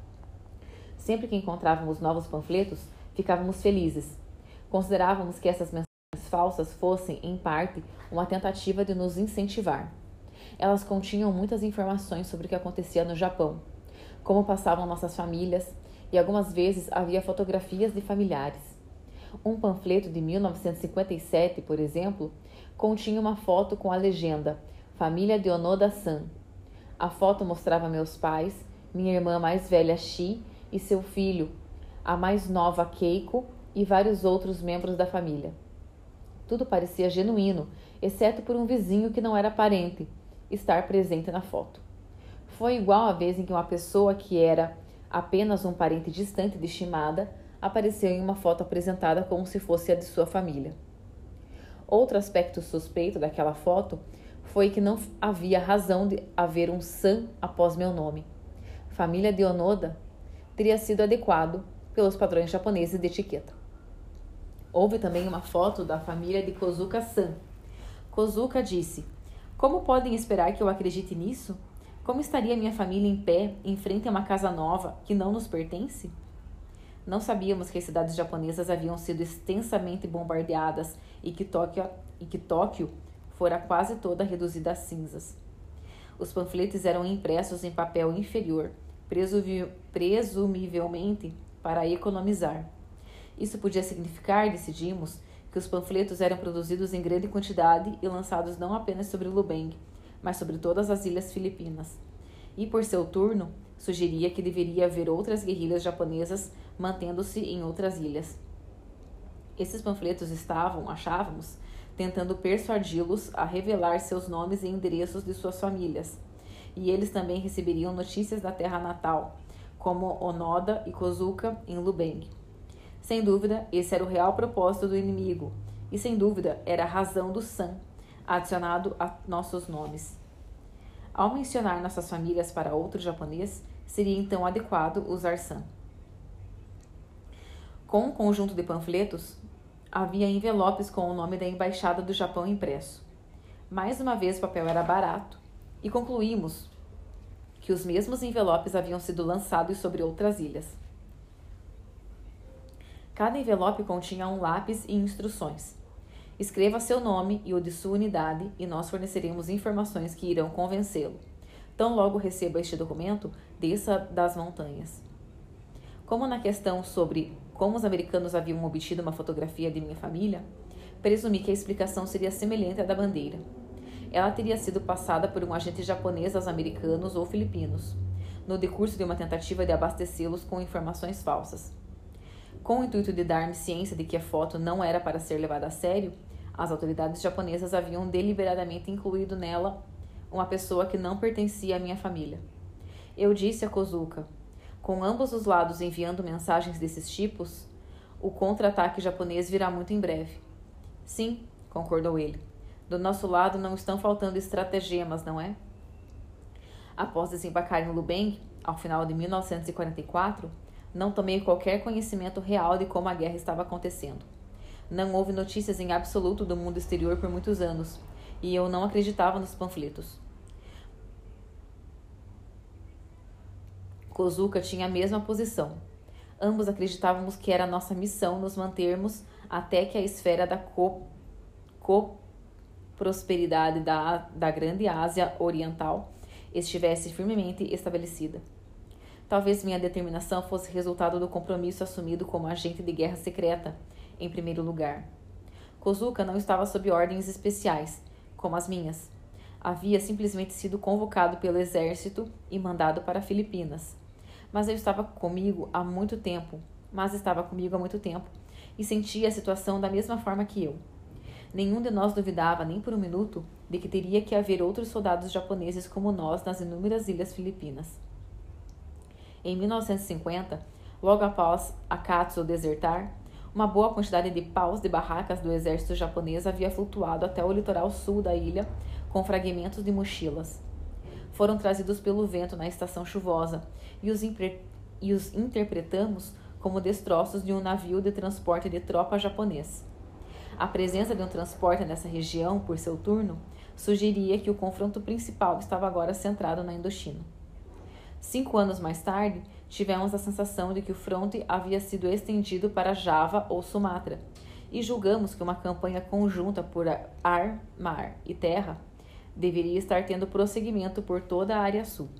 Sempre que encontrávamos novos panfletos, ficávamos felizes. Considerávamos que essas mensagens falsas fossem, em parte, uma tentativa de nos incentivar. Elas continham muitas informações sobre o que acontecia no Japão, como passavam nossas famílias, e algumas vezes havia fotografias de familiares. Um panfleto de 1957, por exemplo, continha uma foto com a legenda Família de Onoda-san. A foto mostrava meus pais, minha irmã mais velha Shi e seu filho, a mais nova Keiko e vários outros membros da família. Tudo parecia genuíno, exceto por um vizinho que não era parente estar presente na foto. Foi igual à vez em que uma pessoa que era apenas um parente distante de Shimada apareceu em uma foto apresentada como se fosse a de sua família. Outro aspecto suspeito daquela foto foi que não havia razão de haver um san após meu nome. Família de Onoda teria sido adequado pelos padrões japoneses de etiqueta. Houve também uma foto da família de Kozuka-san. Kozuka disse: "Como podem esperar que eu acredite nisso? Como estaria minha família em pé em frente a uma casa nova que não nos pertence?" Não sabíamos que as cidades japonesas haviam sido extensamente bombardeadas e que Tóquio fora quase toda reduzida a cinzas. Os panfletos eram impressos em papel inferior, presumivelmente para economizar. Isso podia significar, decidimos, que os panfletos eram produzidos em grande quantidade e lançados não apenas sobre Lubeng, mas sobre todas as ilhas filipinas. E, por seu turno, sugeria que deveria haver outras guerrilhas japonesas mantendo-se em outras ilhas. Esses panfletos estavam, achávamos, tentando persuadi-los a revelar seus nomes e endereços de suas famílias. E eles também receberiam notícias da terra natal, como Onoda e Kozuka em Lubeng. Sem dúvida, esse era o real propósito do inimigo, e sem dúvida era a razão do San, adicionado a nossos nomes. Ao mencionar nossas famílias para outro japonês, seria então adequado usar San. Com um conjunto de panfletos, havia envelopes com o nome da Embaixada do Japão impresso. Mais uma vez o papel era barato, e concluímos que os mesmos envelopes haviam sido lançados sobre outras ilhas. Cada envelope continha um lápis e instruções. Escreva seu nome e o de sua unidade e nós forneceremos informações que irão convencê-lo. Tão logo receba este documento, desça das montanhas. Como na questão sobre como os americanos haviam obtido uma fotografia de minha família, presumi que a explicação seria semelhante à da bandeira. Ela teria sido passada por um agente japonês aos americanos ou filipinos, no decurso de uma tentativa de abastecê-los com informações falsas. Com o intuito de dar-me ciência de que a foto não era para ser levada a sério, as autoridades japonesas haviam deliberadamente incluído nela uma pessoa que não pertencia à minha família. Eu disse a Kozuka, com ambos os lados enviando mensagens desses tipos, o contra-ataque japonês virá muito em breve. Sim, concordou ele. Do nosso lado não estão faltando estratagemas, não é? Após desembarcar em Lubeng, ao final de 1944, não tomei qualquer conhecimento real de como a guerra estava acontecendo. Não houve notícias em absoluto do mundo exterior por muitos anos, e eu não acreditava nos panfletos. Kozuka tinha a mesma posição. Ambos acreditávamos que era nossa missão nos mantermos até que a esfera da prosperidade da Grande Ásia Oriental estivesse firmemente estabelecida. Talvez minha determinação fosse resultado do compromisso assumido como agente de guerra secreta, em primeiro lugar. Kozuka não estava sob ordens especiais, como as minhas. Havia simplesmente sido convocado pelo exército e mandado para Filipinas. Mas estava comigo há muito tempo, e sentia a situação da mesma forma que eu. Nenhum de nós duvidava, nem por um minuto, de que teria que haver outros soldados japoneses como nós nas inúmeras ilhas filipinas. Em 1950, logo após Akatsu desertar, uma boa quantidade de paus de barracas do exército japonês havia flutuado até o litoral sul da ilha com fragmentos de mochilas. Foram trazidos pelo vento na estação chuvosa e os interpretamos como destroços de um navio de transporte de tropa japonês. A presença de um transporte nessa região, por seu turno, sugeria que o confronto principal estava agora centrado na Indochina. 5 anos mais tarde, tivemos a sensação de que o fronte havia sido estendido para Java ou Sumatra, e julgamos que uma campanha conjunta por ar, mar e terra deveria estar tendo prosseguimento por toda a área sul.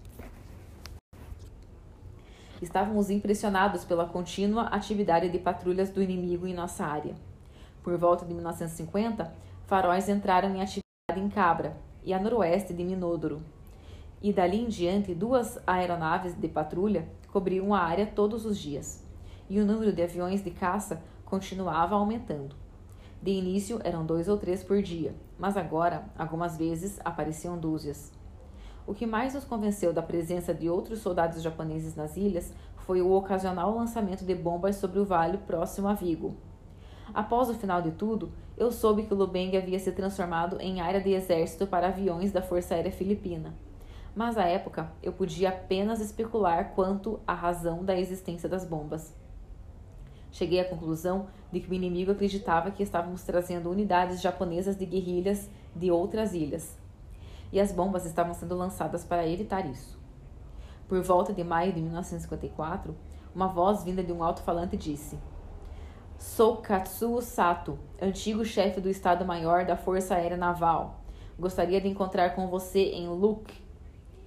Estávamos impressionados pela contínua atividade de patrulhas do inimigo em nossa área. Por volta de 1950, faróis entraram em atividade em Cabra e a noroeste de Minodoro. E dali em diante, 2 aeronaves de patrulha cobriam a área todos os dias. E o número de aviões de caça continuava aumentando. De início, eram 2 ou 3 por dia, mas agora, algumas vezes, apareciam dúzias. O que mais nos convenceu da presença de outros soldados japoneses nas ilhas foi o ocasional lançamento de bombas sobre o vale próximo a Vigo. Após o final de tudo, eu soube que Lubeng havia se transformado em área de exército para aviões da Força Aérea Filipina. Mas à época, eu podia apenas especular quanto à razão da existência das bombas. Cheguei à conclusão de que o inimigo acreditava que estávamos trazendo unidades japonesas de guerrilhas de outras ilhas. E as bombas estavam sendo lançadas para evitar isso. Por volta de maio de 1954, uma voz vinda de um alto-falante disse: "Sou Katsuo Sato, antigo chefe do Estado-Maior da Força Aérea Naval. Gostaria de encontrar com você em Luke."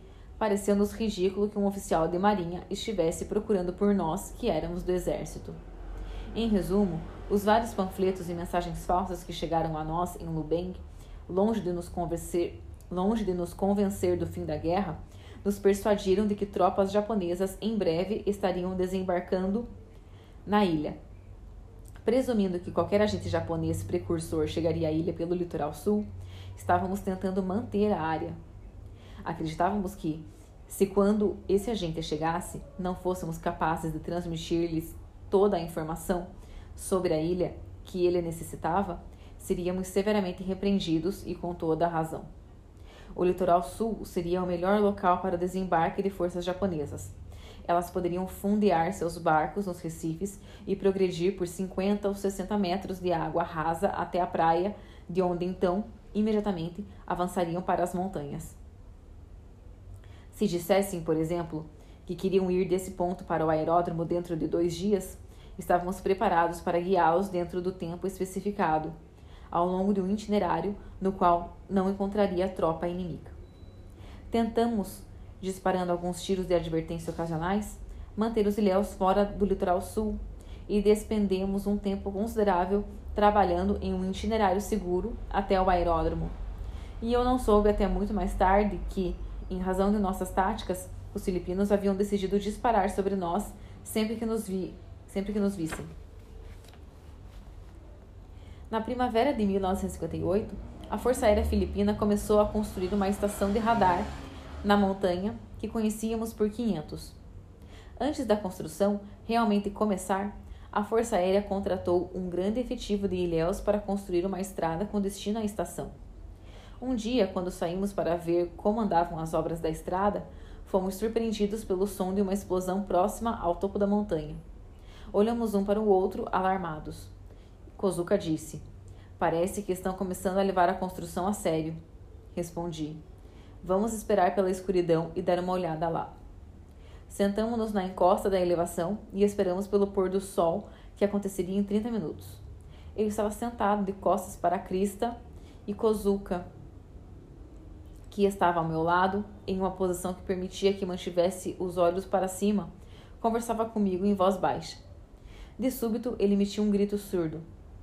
Pareceu-nos ridículo que um oficial de marinha estivesse procurando por nós, que éramos do exército. Em resumo, os vários panfletos e mensagens falsas que chegaram a nós em Lubeng, longe de nos convencer do fim da guerra, nos persuadiram de que tropas japonesas em breve estariam desembarcando na ilha. Presumindo que qualquer agente japonês precursor chegaria à ilha pelo litoral sul, estávamos tentando manter a área. Acreditávamos que, se quando esse agente chegasse, não fôssemos capazes de transmitir-lhes toda a informação sobre a ilha que ele necessitava, seríamos severamente repreendidos e com toda a razão. O litoral sul seria o melhor local para o desembarque de forças japonesas. Elas poderiam fundear seus barcos nos recifes e progredir por 50 ou 60 metros de água rasa até a praia, de onde então, imediatamente, avançariam para as montanhas. Se dissessem, por exemplo, que queriam ir desse ponto para o aeródromo dentro de 2 dias, estávamos preparados para guiá-los dentro do tempo especificado, ao longo de um itinerário no qual não encontraria tropa inimiga. Tentamos, disparando alguns tiros de advertência ocasionais, manter os ilhéus fora do litoral sul e despendemos um tempo considerável trabalhando em um itinerário seguro até o aeródromo. E eu não soube até muito mais tarde que, em razão de nossas táticas, os filipinos haviam decidido disparar sobre nós sempre que nos vissem. Na primavera de 1958, a Força Aérea Filipina começou a construir uma estação de radar na montanha que conhecíamos por 500. Antes da construção realmente começar, a Força Aérea contratou um grande efetivo de ilhéus para construir uma estrada com destino à estação. Um dia, quando saímos para ver como andavam as obras da estrada, fomos surpreendidos pelo som de uma explosão próxima ao topo da montanha. Olhamos um para o outro, alarmados. Kozuka disse: "Parece que estão começando a levar a construção a sério." Respondi: "Vamos esperar pela escuridão e dar uma olhada lá." Sentamo-nos na encosta da elevação e esperamos pelo pôr do sol, que aconteceria em 30 minutos. Eu estava sentado de costas para a crista e Kozuka, que estava ao meu lado, em uma posição que permitia que mantivesse os olhos para cima, conversava comigo em voz baixa. De súbito, ele emitiu um grito surdo.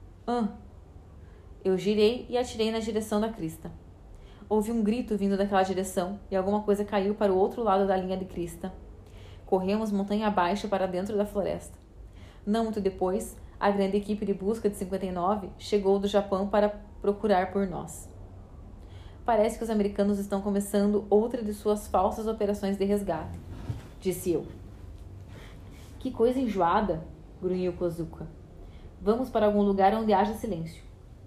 Eu girei e atirei na direção da crista. Houve um grito vindo daquela direção e alguma coisa caiu para o outro lado da linha de crista. Corremos montanha abaixo para dentro da floresta. Não muito depois, a grande equipe de busca de 59 chegou do Japão para procurar por nós. Parece que os americanos estão começando outra de suas falsas operações de resgate, disse eu. Que coisa enjoada, grunhiu Kozuka. Vamos para algum lugar onde haja silêncio.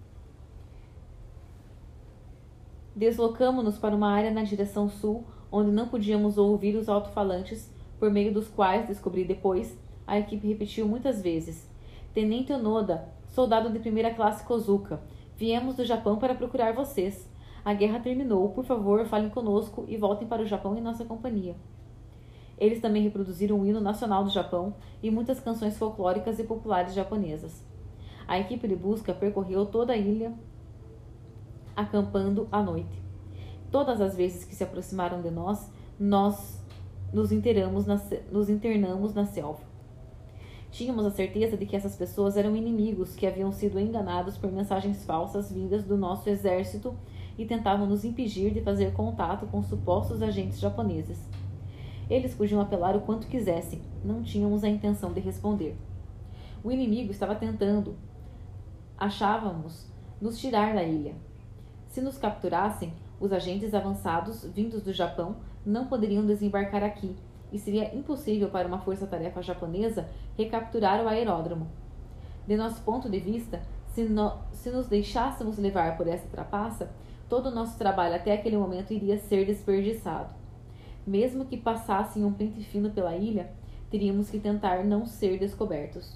Deslocamo-nos para uma área na direção sul, onde não podíamos ouvir os alto-falantes, por meio dos quais, descobri depois, a equipe repetiu muitas vezes: Tenente Onoda, soldado de primeira classe Kozuka, viemos do Japão para procurar vocês. A guerra terminou, por favor, falem conosco e voltem para o Japão em nossa companhia. Eles também reproduziram o hino nacional do Japão e muitas canções folclóricas e populares japonesas. A equipe de busca percorreu toda a ilha, acampando à noite. Todas as vezes que se aproximaram de nós nos internamos na selva. Tínhamos a certeza de que essas pessoas eram inimigos que haviam sido enganados por mensagens falsas vindas do nosso exército e tentavam nos impedir de fazer contato com supostos agentes japoneses. Eles podiam apelar o quanto quisessem, não tínhamos a intenção de responder. O inimigo estava tentando, achávamos, nos tirar da ilha. Se nos capturassem, os agentes avançados, vindos do Japão, não poderiam desembarcar aqui, e seria impossível para uma força-tarefa japonesa recapturar o aeródromo. De nosso ponto de vista, se nos deixássemos levar por essa trapaça, todo o nosso trabalho até aquele momento iria ser desperdiçado. Mesmo que passassem um pente fino pela ilha, teríamos que tentar não ser descobertos.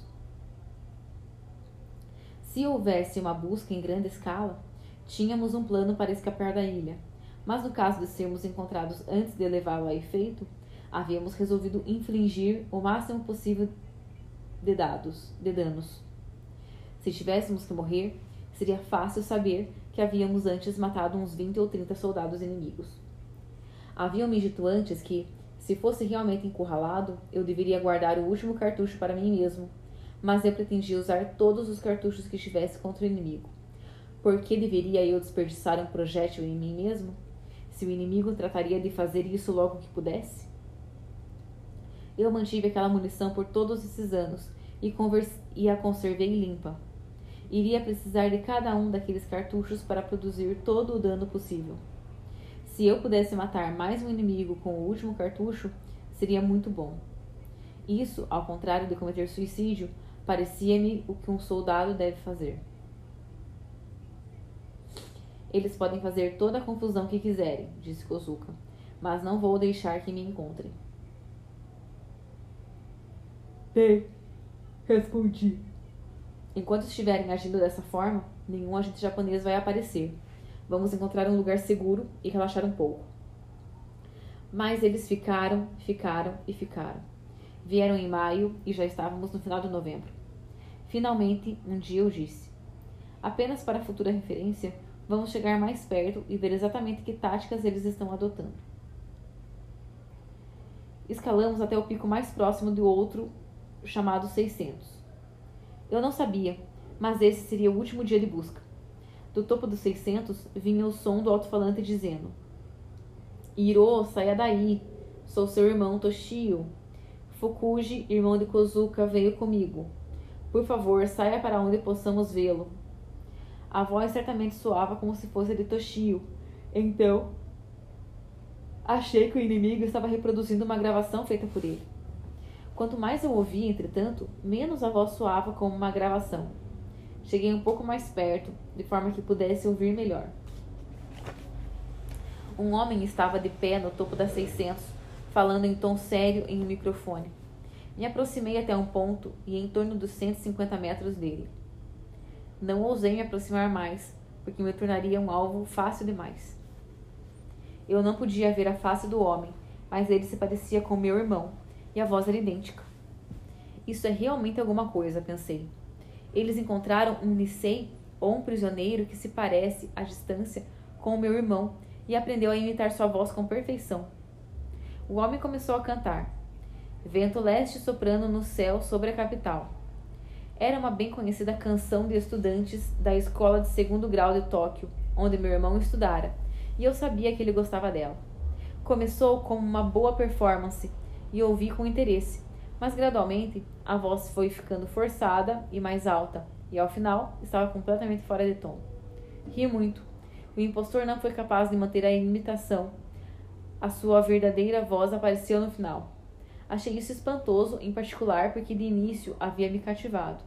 Se houvesse uma busca em grande escala, tínhamos um plano para escapar da ilha, mas no caso de sermos encontrados antes de levá-lo a efeito, havíamos resolvido infligir o máximo possível de danos. Se tivéssemos que morrer, seria fácil saber que havíamos antes matado uns 20 ou 30 soldados inimigos. Haviam me dito antes que, se fosse realmente encurralado, eu deveria guardar o último cartucho para mim mesmo, mas eu pretendia usar todos os cartuchos que estivesse contra o inimigo. Por que deveria eu desperdiçar um projétil em mim mesmo, se o inimigo trataria de fazer isso logo que pudesse? Eu mantive aquela munição por todos esses anos e a conservei limpa. Iria precisar de cada um daqueles cartuchos para produzir todo o dano possível. Se eu pudesse matar mais um inimigo com o último cartucho, seria muito bom. Isso, ao contrário de cometer suicídio, parecia-me o que um soldado deve fazer. Eles podem fazer toda a confusão que quiserem, disse Kozuka, mas não vou deixar que me encontrem. Bem, respondi. Enquanto estiverem agindo dessa forma, nenhum agente japonês vai aparecer. Vamos encontrar um lugar seguro e relaxar um pouco. Mas eles ficaram. Vieram em maio e já estávamos no final de novembro. Finalmente, um dia eu disse: apenas para futura referência, vamos chegar mais perto e ver exatamente que táticas eles estão adotando. Escalamos até o pico mais próximo do outro, chamado 600. Eu não sabia, mas esse seria o último dia de busca. Do topo dos 600 vinha o som do alto-falante dizendo: Hiro, saia daí. Sou seu irmão Toshio. Fukuji, irmão de Kozuka, veio comigo. Por favor, saia para onde possamos vê-lo. A voz certamente soava como se fosse de Toshio. Então, achei que o inimigo estava reproduzindo uma gravação feita por ele. Quanto mais eu ouvia, entretanto, menos a voz soava como uma gravação. Cheguei um pouco mais perto, de forma que pudesse ouvir melhor. Um homem estava de pé no topo das 600, falando em tom sério em um microfone. Me aproximei até um ponto e em torno dos 150 metros dele. Não ousei me aproximar mais, porque me tornaria um alvo fácil demais. Eu não podia ver a face do homem, mas ele se parecia com meu irmão, e a voz era idêntica. Isso é realmente alguma coisa, pensei. Eles encontraram um Nisei, ou um prisioneiro que se parece, à distância, com o meu irmão, e aprendeu a imitar sua voz com perfeição. O homem começou a cantar. Vento leste soprando no céu sobre a capital. Era uma bem conhecida canção de estudantes da escola de 2º grau de Tóquio, onde meu irmão estudara, e eu sabia que ele gostava dela. Começou como uma boa performance, e ouvi com interesse, mas gradualmente a voz foi ficando forçada e mais alta, e ao final estava completamente fora de tom. Ri muito. O impostor não foi capaz de manter a imitação. A sua verdadeira voz apareceu no final. Achei isso espantoso, em particular porque de início havia me cativado.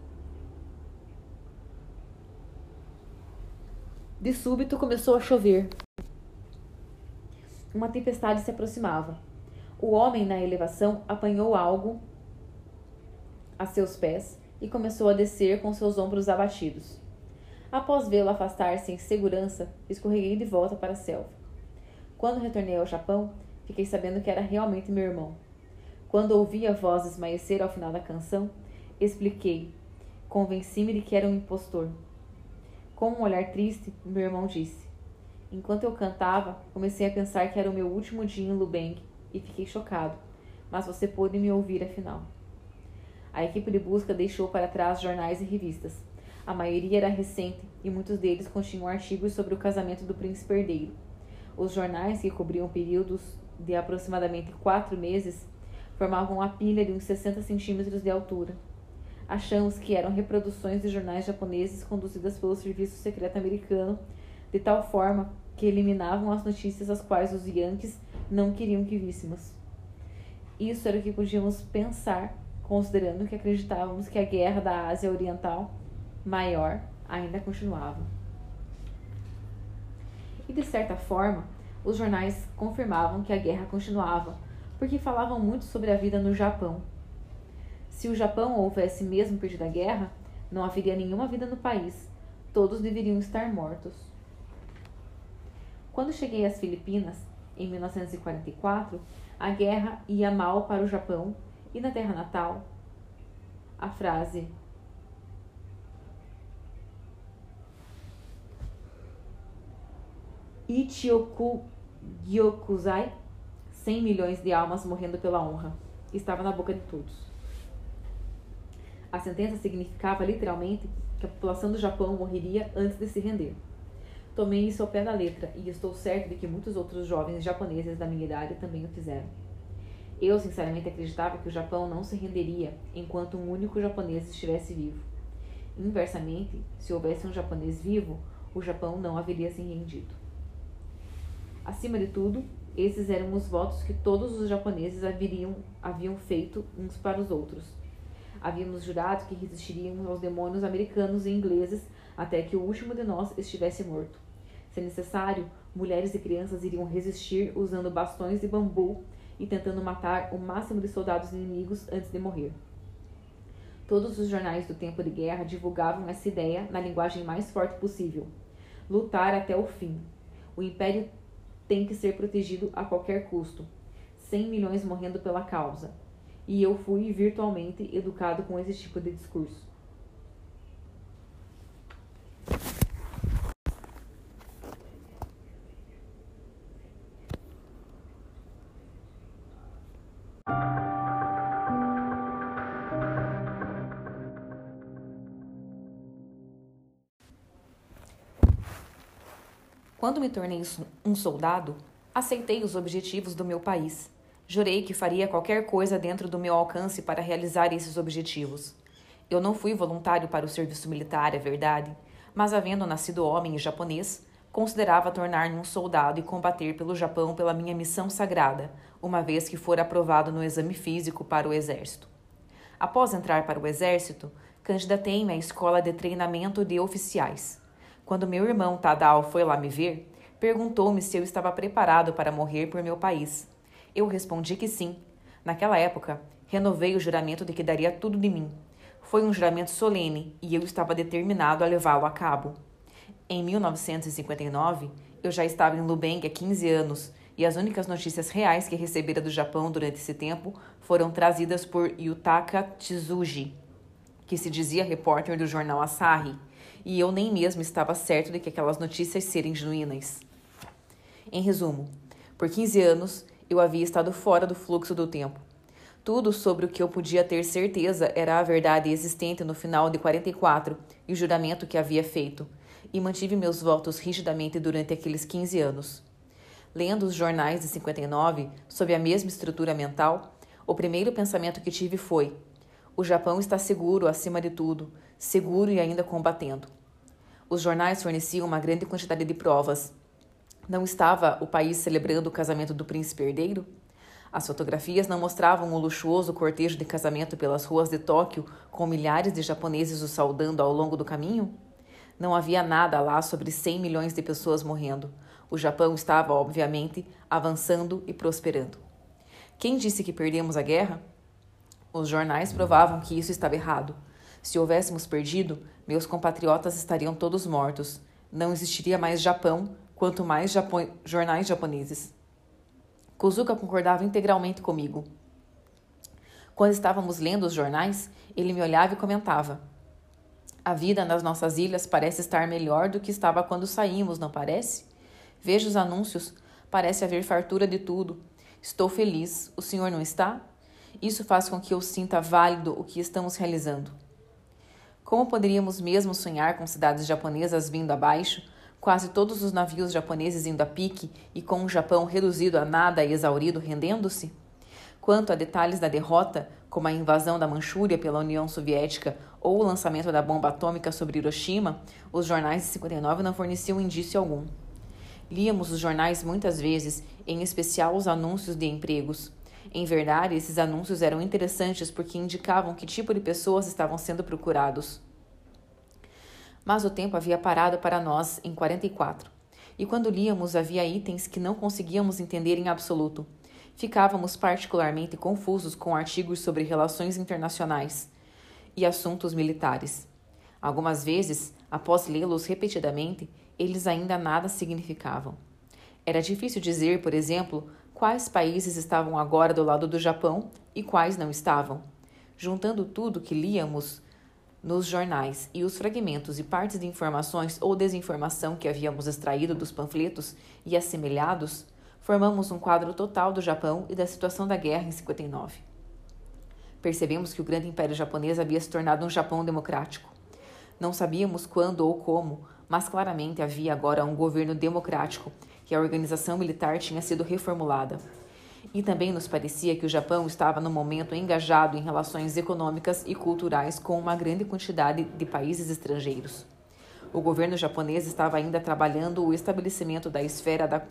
De súbito começou a chover. Uma tempestade se aproximava. O homem na elevação apanhou algo a seus pés e começou a descer com seus ombros abatidos. Após vê-lo afastar-se em segurança, escorreguei de volta para a selva. Quando retornei ao Japão, fiquei sabendo que era realmente meu irmão. Quando ouvi a voz esmaecer ao final da canção, expliquei. Convenci-me de que era um impostor. Com um olhar triste, meu irmão disse: enquanto eu cantava, comecei a pensar que era o meu último dia em Lubeng e fiquei chocado, mas você pôde me ouvir afinal. A equipe de busca deixou para trás jornais e revistas. A maioria era recente e muitos deles continham artigos sobre o casamento do príncipe herdeiro. Os jornais, que cobriam períodos de aproximadamente 4 meses, formavam uma pilha de uns 60 centímetros de altura. Achamos que eram reproduções de jornais japoneses conduzidas pelo serviço secreto americano, de tal forma que eliminavam as notícias as quais os Yankees não queriam que víssemos. Isso era o que podíamos pensar, considerando que acreditávamos que a guerra da Ásia Oriental maior ainda continuava. E de certa forma, os jornais confirmavam que a guerra continuava, porque falavam muito sobre a vida no Japão. Se o Japão houvesse mesmo perdido a guerra, não haveria nenhuma vida no país. Todos deveriam estar mortos. Quando cheguei às Filipinas, em 1944, a guerra ia mal para o Japão e na terra natal, a frase Ichioku Gyokuzai, 100 milhões de almas morrendo pela honra, estava na boca de todos. A sentença significava literalmente que a população do Japão morreria antes de se render. Tomei isso ao pé da letra e estou certo de que muitos outros jovens japoneses da minha idade também o fizeram. Eu sinceramente acreditava que o Japão não se renderia enquanto um único japonês estivesse vivo. Inversamente, se houvesse um japonês vivo, o Japão não haveria se rendido. Acima de tudo, esses eram os votos que todos os japoneses haviam feito uns para os outros. Havíamos jurado que resistiríamos aos demônios americanos e ingleses até que o último de nós estivesse morto. Se necessário, mulheres e crianças iriam resistir usando bastões de bambu e tentando matar o máximo de soldados inimigos antes de morrer. Todos os jornais do tempo de guerra divulgavam essa ideia na linguagem mais forte possível. Lutar até o fim. O império tem que ser protegido a qualquer custo. 100 milhões morrendo pela causa. E eu fui virtualmente educado com esse tipo de discurso. Quando me tornei um soldado, aceitei os objetivos do meu país. Jurei que faria qualquer coisa dentro do meu alcance para realizar esses objetivos. Eu não fui voluntário para o serviço militar, é verdade, mas havendo nascido homem e japonês, considerava tornar-me um soldado e combater pelo Japão pela minha missão sagrada, uma vez que fora aprovado no exame físico para o exército. Após entrar para o exército, candidatei-me à escola de treinamento de oficiais. Quando meu irmão Tadao foi lá me ver, perguntou-me se eu estava preparado para morrer por meu país. Eu respondi que sim. Naquela época, renovei o juramento de que daria tudo de mim. Foi um juramento solene e eu estava determinado a levá-lo a cabo. Em 1959, eu já estava em Lubeng há 15 anos e as únicas notícias reais que recebera do Japão durante esse tempo foram trazidas por Yutaka Tsuji, que se dizia repórter do jornal Asahi, e eu nem mesmo estava certo de que aquelas notícias serem genuínas. Em resumo, por 15 anos, eu havia estado fora do fluxo do tempo. Tudo sobre o que eu podia ter certeza era a verdade existente no final de 44 e o juramento que havia feito, e mantive meus votos rigidamente durante aqueles 15 anos. Lendo os jornais de 59, sob a mesma estrutura mental, o primeiro pensamento que tive foi: o Japão está seguro acima de tudo, seguro e ainda combatendo. Os jornais forneciam uma grande quantidade de provas. Não estava o país celebrando o casamento do príncipe herdeiro? As fotografias não mostravam o luxuoso cortejo de casamento pelas ruas de Tóquio, com milhares de japoneses o saudando ao longo do caminho? Não havia nada lá sobre 100 milhões de pessoas morrendo. O Japão estava, obviamente, avançando e prosperando. Quem disse que perdemos a guerra? Os jornais provavam que isso estava errado. Se houvéssemos perdido, meus compatriotas estariam todos mortos. Não existiria mais Japão, quanto mais jornais japoneses. Kozuka concordava integralmente comigo. Quando estávamos lendo os jornais, ele me olhava e comentava: a vida nas nossas ilhas parece estar melhor do que estava quando saímos, não parece? Vejo os anúncios, parece haver fartura de tudo. Estou feliz, o senhor não está? Isso faz com que eu sinta válido o que estamos realizando. Como poderíamos mesmo sonhar com cidades japonesas vindo abaixo, quase todos os navios japoneses indo a pique e com o Japão reduzido a nada e exaurido rendendo-se? Quanto a detalhes da derrota, como a invasão da Manchúria pela União Soviética ou o lançamento da bomba atômica sobre Hiroshima, os jornais de 59 não forneciam indício algum. Líamos os jornais muitas vezes, em especial os anúncios de empregos. Em verdade, esses anúncios eram interessantes porque indicavam que tipo de pessoas estavam sendo procurados. Mas o tempo havia parado para nós em 44. E quando líamos, havia itens que não conseguíamos entender em absoluto. Ficávamos particularmente confusos com artigos sobre relações internacionais e assuntos militares. Algumas vezes, após lê-los repetidamente, eles ainda nada significavam. Era difícil dizer, por exemplo, quais países estavam agora do lado do Japão e quais não estavam. Juntando tudo que líamos nos jornais e os fragmentos e partes de informações ou desinformação que havíamos extraído dos panfletos e assemelhados, Formamos um quadro total do Japão e da situação da guerra em 59. Percebemos que o grande império japonês havia se tornado um Japão democrático. Não sabíamos quando ou como, mas claramente havia agora um governo democrático e a organização militar tinha sido reformulada. E também nos parecia que o Japão estava no momento engajado em relações econômicas e culturais com uma grande quantidade de países estrangeiros. O governo japonês estava ainda trabalhando o estabelecimento da esfera da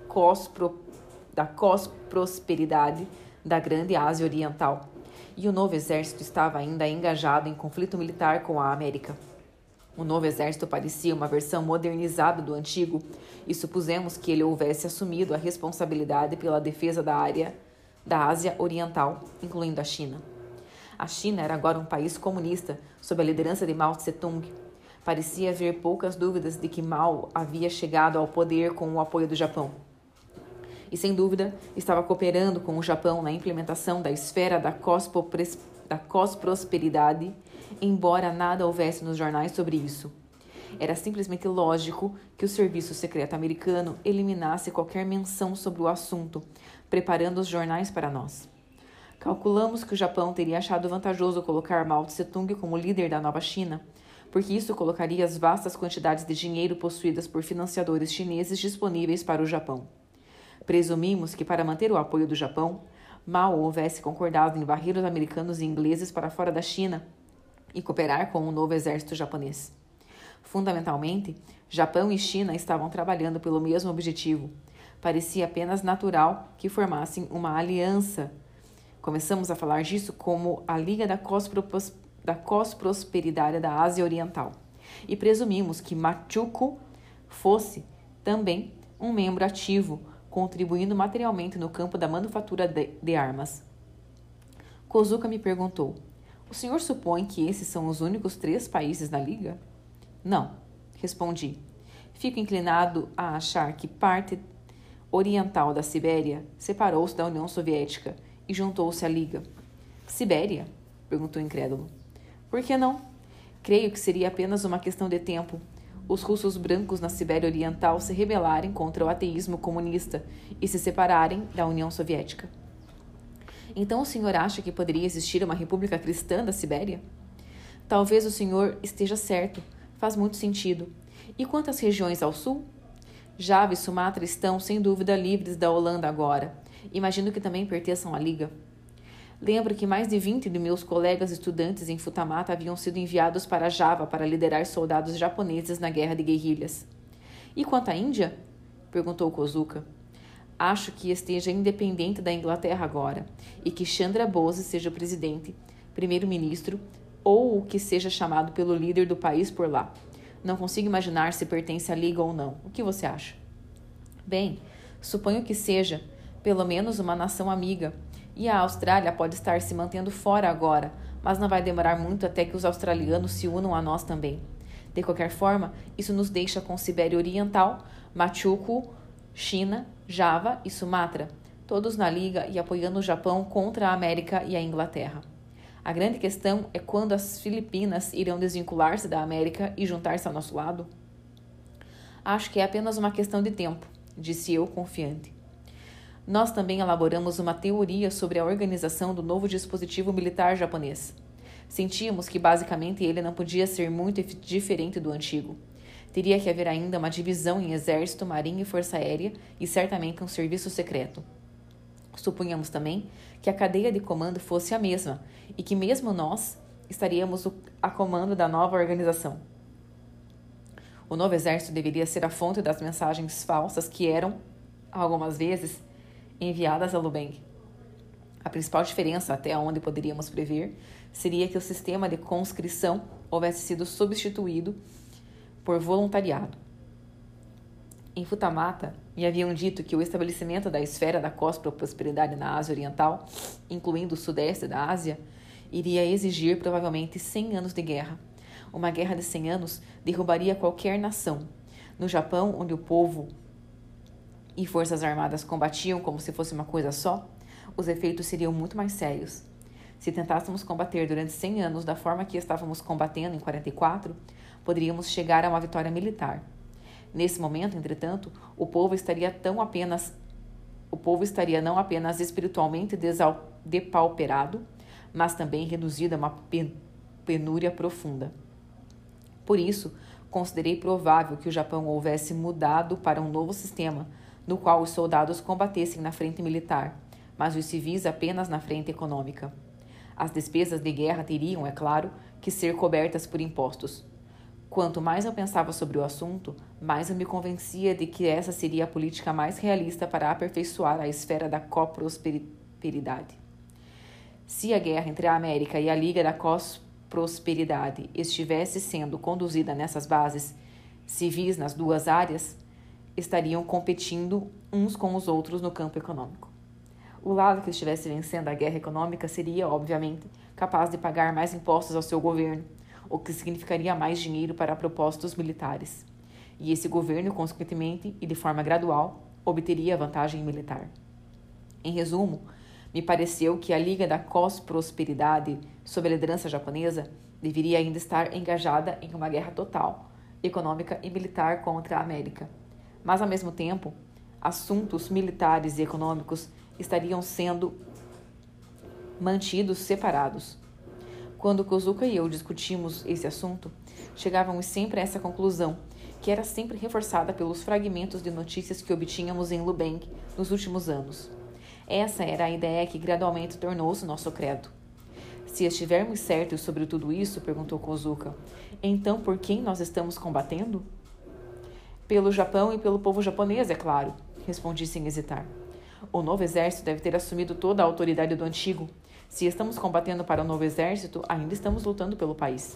cosprosperidade da Grande Ásia Oriental, e o novo exército estava ainda engajado em conflito militar com a América. O novo exército parecia uma versão modernizada do antigo, e supusemos que ele houvesse assumido a responsabilidade pela defesa da área da Ásia Oriental, incluindo a China. A China era agora um país comunista, sob a liderança de Mao Tse-tung. Parecia haver poucas dúvidas de que Mao havia chegado ao poder com o apoio do Japão. E, sem dúvida, estava cooperando com o Japão na implementação da esfera da cosprosperidade, embora nada houvesse nos jornais sobre isso. Era simplesmente lógico que o serviço secreto americano eliminasse qualquer menção sobre o assunto, preparando os jornais para nós. Calculamos que o Japão teria achado vantajoso colocar Mao Tse-tung como líder da nova China, porque isso colocaria as vastas quantidades de dinheiro possuídas por financiadores chineses disponíveis para o Japão. Presumimos que, para manter o apoio do Japão, Mao houvesse concordado em varrer os americanos e ingleses para fora da China e cooperar com o novo exército japonês. Fundamentalmente, Japão e China estavam trabalhando pelo mesmo objetivo. Parecia apenas natural que formassem uma aliança. Começamos a falar disso como a Liga da Cosprosperidade da Ásia Oriental, e presumimos que Manchukuo fosse também um membro ativo, contribuindo materialmente no campo da manufatura de armas. Kozuka me perguntou: o senhor supõe que esses são os únicos 3 países na Liga? Não, respondi. Fico inclinado a achar que parte oriental da Sibéria separou-se da União Soviética e juntou-se à Liga. Sibéria? Perguntou incrédulo. Por que não? Creio que seria apenas uma questão de tempo. Os russos brancos na Sibéria Oriental se rebelarem contra o ateísmo comunista e se separarem da União Soviética. Então o senhor acha que poderia existir uma república cristã da Sibéria? Talvez o senhor esteja certo. Faz muito sentido. E quantas regiões ao sul? Java e Sumatra estão, sem dúvida, livres da Holanda agora. Imagino que também pertençam à Liga. Lembro que mais de 20 de meus colegas estudantes em Futamata haviam sido enviados para Java para liderar soldados japoneses na guerra de guerrilhas. E quanto à Índia? Perguntou Kozuka. Acho que esteja independente da Inglaterra agora e que Chandra Bose seja o presidente, primeiro-ministro ou o que seja chamado pelo líder do país por lá. Não consigo imaginar se pertence à Liga ou não. O que você acha? Bem, suponho que seja, pelo menos, uma nação amiga. E a Austrália pode estar se mantendo fora agora, mas não vai demorar muito até que os australianos se unam a nós também. De qualquer forma, isso nos deixa com Sibéria Oriental, Manchukuo, China, Java e Sumatra, todos na Liga e apoiando o Japão contra a América e a Inglaterra. A grande questão é quando as Filipinas irão desvincular-se da América e juntar-se ao nosso lado. Acho que é apenas uma questão de tempo, disse eu confiante. Nós também elaboramos uma teoria sobre a organização do novo dispositivo militar japonês. Sentíamos que basicamente ele não podia ser muito diferente do antigo. Teria que haver ainda uma divisão em exército, marinha e força aérea e certamente um serviço secreto. Supunhamos também que a cadeia de comando fosse a mesma e que mesmo nós estaríamos a comando da nova organização. O novo exército deveria ser a fonte das mensagens falsas que eram, algumas vezes, enviadas a Lubeng. A principal diferença, até onde poderíamos prever, seria que o sistema de conscrição houvesse sido substituído por voluntariado. Em Futamata, me haviam dito que o estabelecimento da esfera da cosprosperidade na Ásia Oriental, incluindo o sudeste da Ásia, iria exigir provavelmente 100 anos de guerra. Uma guerra de 100 anos derrubaria qualquer nação. No Japão, onde o povo e forças armadas combatiam como se fosse uma coisa só, os efeitos seriam muito mais sérios. Se tentássemos combater durante 100 anos da forma que estávamos combatendo em 44, poderíamos chegar a uma vitória militar. Nesse momento, entretanto, o povo estaria tão apenas O povo estaria não apenas espiritualmente depauperado, mas também reduzido a uma penúria profunda. Por isso, considerei provável que o Japão houvesse mudado para um novo sistema, no qual os soldados combatessem na frente militar, mas os civis apenas na frente econômica. As despesas de guerra teriam, é claro, que ser cobertas por impostos. Quanto mais eu pensava sobre o assunto, mais eu me convencia de que essa seria a política mais realista para aperfeiçoar a esfera da coprosperidade. Se a guerra entre a América e a Liga da Prosperidade estivesse sendo conduzida nessas bases, civis nas duas áreas estariam competindo uns com os outros no campo econômico. O lado que estivesse vencendo a guerra econômica seria, obviamente, capaz de pagar mais impostos ao seu governo, o que significaria mais dinheiro para propósitos militares. E esse governo, consequentemente e de forma gradual, obteria a vantagem militar. Em resumo, me pareceu que a Liga da Prosperidade, sob a liderança japonesa, deveria ainda estar engajada em uma guerra total, econômica e militar contra a América. Mas, ao mesmo tempo, assuntos militares e econômicos estariam sendo mantidos separados. Quando Kozuka e eu discutimos esse assunto, chegávamos sempre a essa conclusão, que era sempre reforçada pelos fragmentos de notícias que obtínhamos em Lubeng nos últimos anos. Essa era a ideia que gradualmente tornou-se nosso credo. Se estivermos certos sobre tudo isso, perguntou Kozuka, então por quem nós estamos combatendo? Pelo Japão e pelo povo japonês, é claro, respondi sem hesitar. O novo exército deve ter assumido toda a autoridade do antigo. Se estamos combatendo para o novo exército, ainda estamos lutando pelo país.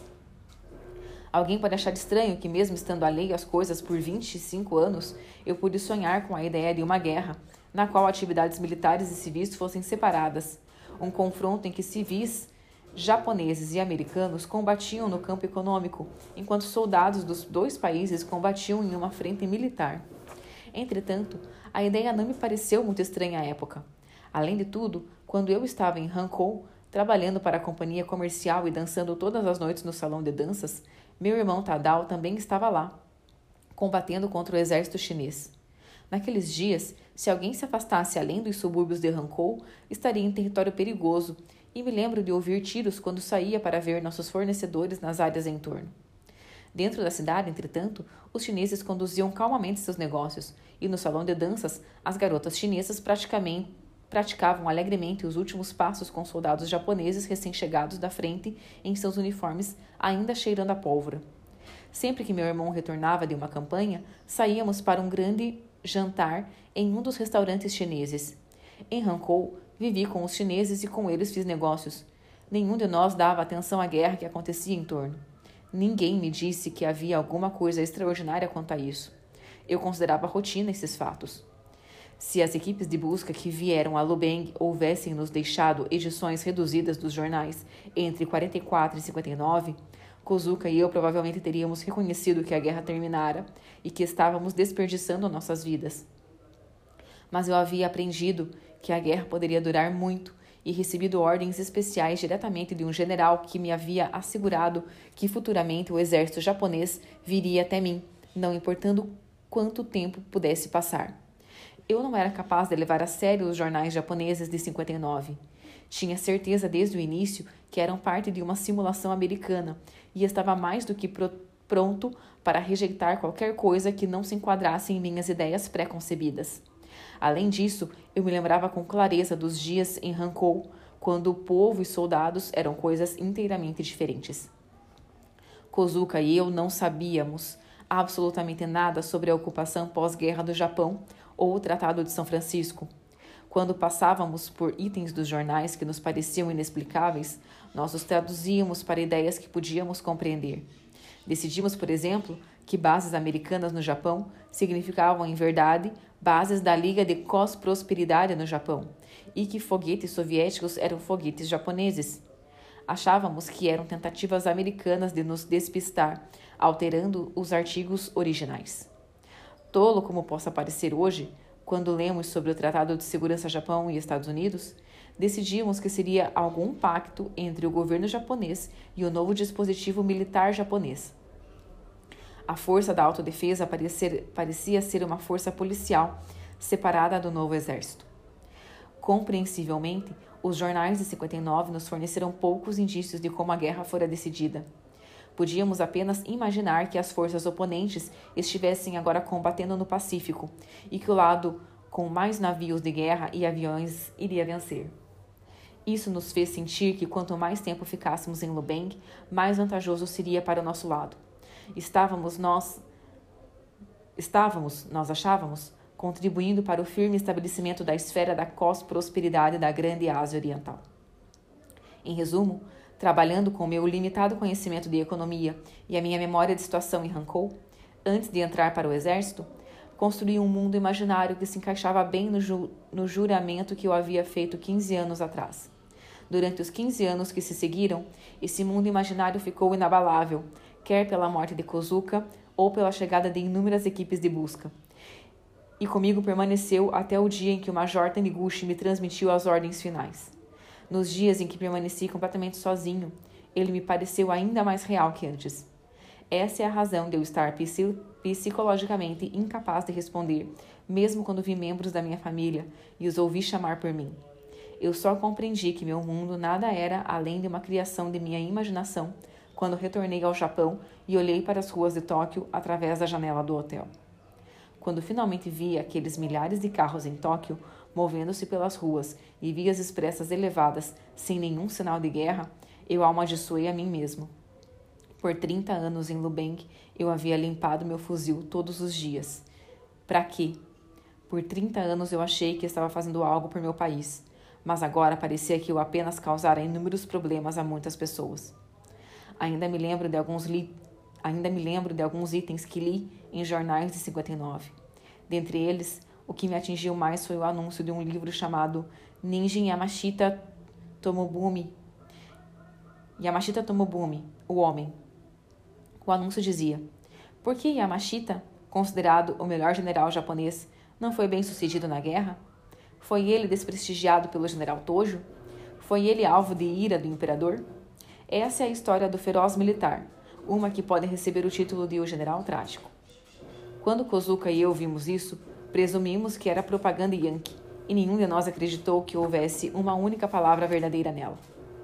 Alguém pode achar estranho que, mesmo estando alheio às coisas por 25 anos, eu pude sonhar com a ideia de uma guerra, na qual atividades militares e civis fossem separadas, um confronto em que civis japoneses e americanos combatiam no campo econômico, enquanto soldados dos dois países combatiam em uma frente militar. Entretanto, a ideia não me pareceu muito estranha à época. Além de tudo, quando eu estava em Hankou, trabalhando para a companhia comercial e dançando todas as noites no salão de danças, meu irmão Tadao também estava lá, combatendo contra o exército chinês. Naqueles dias, se alguém se afastasse além dos subúrbios de Hankou, estaria em território perigoso, e me lembro de ouvir tiros quando saía para ver nossos fornecedores nas áreas em torno. Dentro da cidade, entretanto, os chineses conduziam calmamente seus negócios, e no salão de danças, as garotas chinesas praticavam alegremente os últimos passos com soldados japoneses recém-chegados da frente em seus uniformes, ainda cheirando a pólvora. Sempre que meu irmão retornava de uma campanha, saíamos para um grande jantar em um dos restaurantes chineses. Em Hankou, vivi com os chineses e com eles fiz negócios. Nenhum de nós dava atenção à guerra que acontecia em torno. Ninguém me disse que havia alguma coisa extraordinária quanto a isso. Eu considerava rotina esses fatos. Se as equipes de busca que vieram a Lubeng houvessem nos deixado edições reduzidas dos jornais entre 44 e 59, Kozuka e eu provavelmente teríamos reconhecido que a guerra terminara e que estávamos desperdiçando nossas vidas. Mas eu havia aprendido que a guerra poderia durar muito e recebido ordens especiais diretamente de um general que me havia assegurado que futuramente o exército japonês viria até mim, não importando quanto tempo pudesse passar. Eu não era capaz de levar a sério os jornais japoneses de 59. Tinha certeza desde o início que eram parte de uma simulação americana e estava mais do que pronto para rejeitar qualquer coisa que não se enquadrasse em minhas ideias pré-concebidas. Além disso, eu me lembrava com clareza dos dias em Hankou, quando o povo e soldados eram coisas inteiramente diferentes. Kozuka e eu não sabíamos absolutamente nada sobre a ocupação pós-guerra do Japão ou o Tratado de São Francisco. Quando passávamos por itens dos jornais que nos pareciam inexplicáveis, nós os traduzíamos para ideias que podíamos compreender. Decidimos, por exemplo, que bases americanas no Japão significavam, em verdade, bases da Liga de Prosperidade no Japão, e que foguetes soviéticos eram foguetes japoneses. Achávamos que eram tentativas americanas de nos despistar, alterando os artigos originais. Tolo como possa parecer hoje, quando lemos sobre o Tratado de Segurança Japão e Estados Unidos, decidimos que seria algum pacto entre o governo japonês e o novo dispositivo militar japonês. A força da autodefesa parecia ser uma força policial, separada do novo exército. Compreensivelmente, os jornais de 59 nos forneceram poucos indícios de como a guerra fora decidida. Podíamos apenas imaginar que as forças oponentes estivessem agora combatendo no Pacífico e que o lado com mais navios de guerra e aviões iria vencer. Isso nos fez sentir que quanto mais tempo ficássemos em Lubeng, mais vantajoso seria para o nosso lado. Nós achávamos, contribuindo para o firme estabelecimento da esfera da prosperidade da grande Ásia Oriental. Em resumo, trabalhando com meu limitado conhecimento de economia e a minha memória de situação em Hankou, antes de entrar para o exército, construí um mundo imaginário que se encaixava bem no juramento que eu havia feito 15 anos atrás. Durante os 15 anos que se seguiram, esse mundo imaginário ficou inabalável, quer pela morte de Kozuka ou pela chegada de inúmeras equipes de busca. E comigo permaneceu até o dia em que o Major Taniguchi me transmitiu as ordens finais. Nos dias em que permaneci completamente sozinho, ele me pareceu ainda mais real que antes. Essa é a razão de eu estar psicologicamente incapaz de responder, mesmo quando vi membros da minha família e os ouvi chamar por mim. Eu só compreendi que meu mundo nada era além de uma criação de minha imaginação quando retornei ao Japão e olhei para as ruas de Tóquio através da janela do hotel. Quando finalmente vi aqueles milhares de carros em Tóquio movendo-se pelas ruas e vias expressas elevadas sem nenhum sinal de guerra, eu amaldiçoei a mim mesmo. Por 30 anos em Lubeng, eu havia limpado meu fuzil todos os dias. Para quê? Por 30 anos eu achei que estava fazendo algo por meu país, mas agora parecia que eu apenas causara inúmeros problemas a muitas pessoas. Ainda me lembro de alguns itens que li em jornais de 59. Dentre eles, o que me atingiu mais foi o anúncio de um livro chamado Ninjin Yamashita Tomobumi, o Homem. O anúncio dizia: por que Yamashita, considerado o melhor general japonês, não foi bem sucedido na guerra? Foi ele desprestigiado pelo general Tojo? Foi ele alvo de ira do imperador? Essa é a história do feroz militar, uma que pode receber o título de o general trágico. Quando Kozuka e eu vimos isso, presumimos que era propaganda yankee, e nenhum de nós acreditou que houvesse uma única palavra verdadeira nela.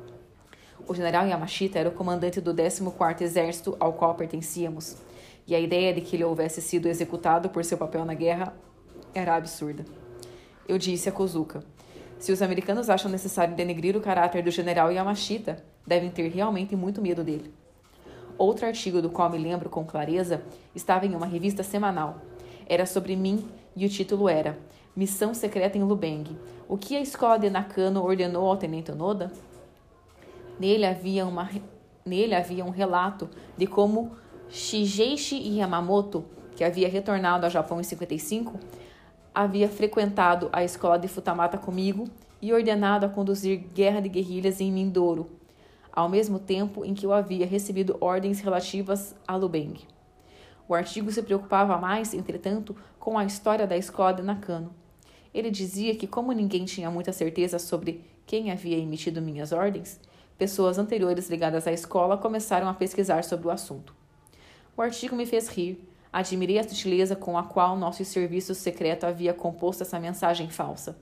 O general Yamashita era o comandante do 14º Exército ao qual pertencíamos, e a ideia de que ele houvesse sido executado por seu papel na guerra era absurda. Eu disse a Kozuka: se os americanos acham necessário denegrir o caráter do general Yamashita, devem ter realmente muito medo dele. Outro artigo do qual me lembro com clareza estava em uma revista semanal. Era sobre mim e o título era Missão Secreta em Lubeng. O que a escola de Nakano ordenou ao tenente Onoda? Nele havia um relato de como Shigeishi Yamamoto, que havia retornado ao Japão em 55, havia frequentado a escola de Futamata comigo e ordenado a conduzir guerra de guerrilhas em Mindoro, ao mesmo tempo em que eu havia recebido ordens relativas a Lubeng. O artigo se preocupava mais, entretanto, com a história da escola de Nakano. Ele dizia que, como ninguém tinha muita certeza sobre quem havia emitido minhas ordens, pessoas anteriores ligadas à escola começaram a pesquisar sobre o assunto. O artigo me fez rir. Admirei a sutileza com a qual nosso serviço secreto havia composto essa mensagem falsa.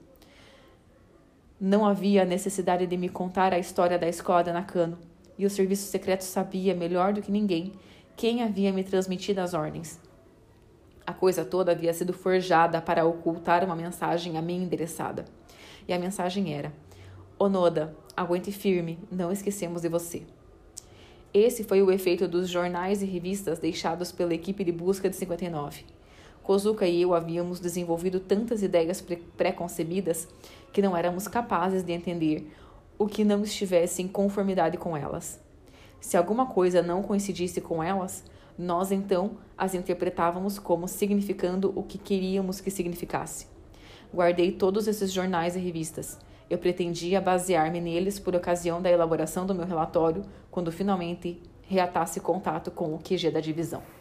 Não havia necessidade de me contar a história da escola de Nakano, e o serviço secreto sabia, melhor do que ninguém, quem havia me transmitido as ordens. A coisa toda havia sido forjada para ocultar uma mensagem a mim endereçada. E a mensagem era: Onoda, aguente firme, não esquecemos de você. Esse foi o efeito dos jornais e revistas deixados pela equipe de busca de 59. Kozuka e eu havíamos desenvolvido tantas ideias pré-concebidas que não éramos capazes de entender o que não estivesse em conformidade com elas. Se alguma coisa não coincidisse com elas, nós então as interpretávamos como significando o que queríamos que significasse. Guardei todos esses jornais e revistas. Eu pretendia basear-me neles por ocasião da elaboração do meu relatório, quando finalmente reatasse contato com o QG da divisão.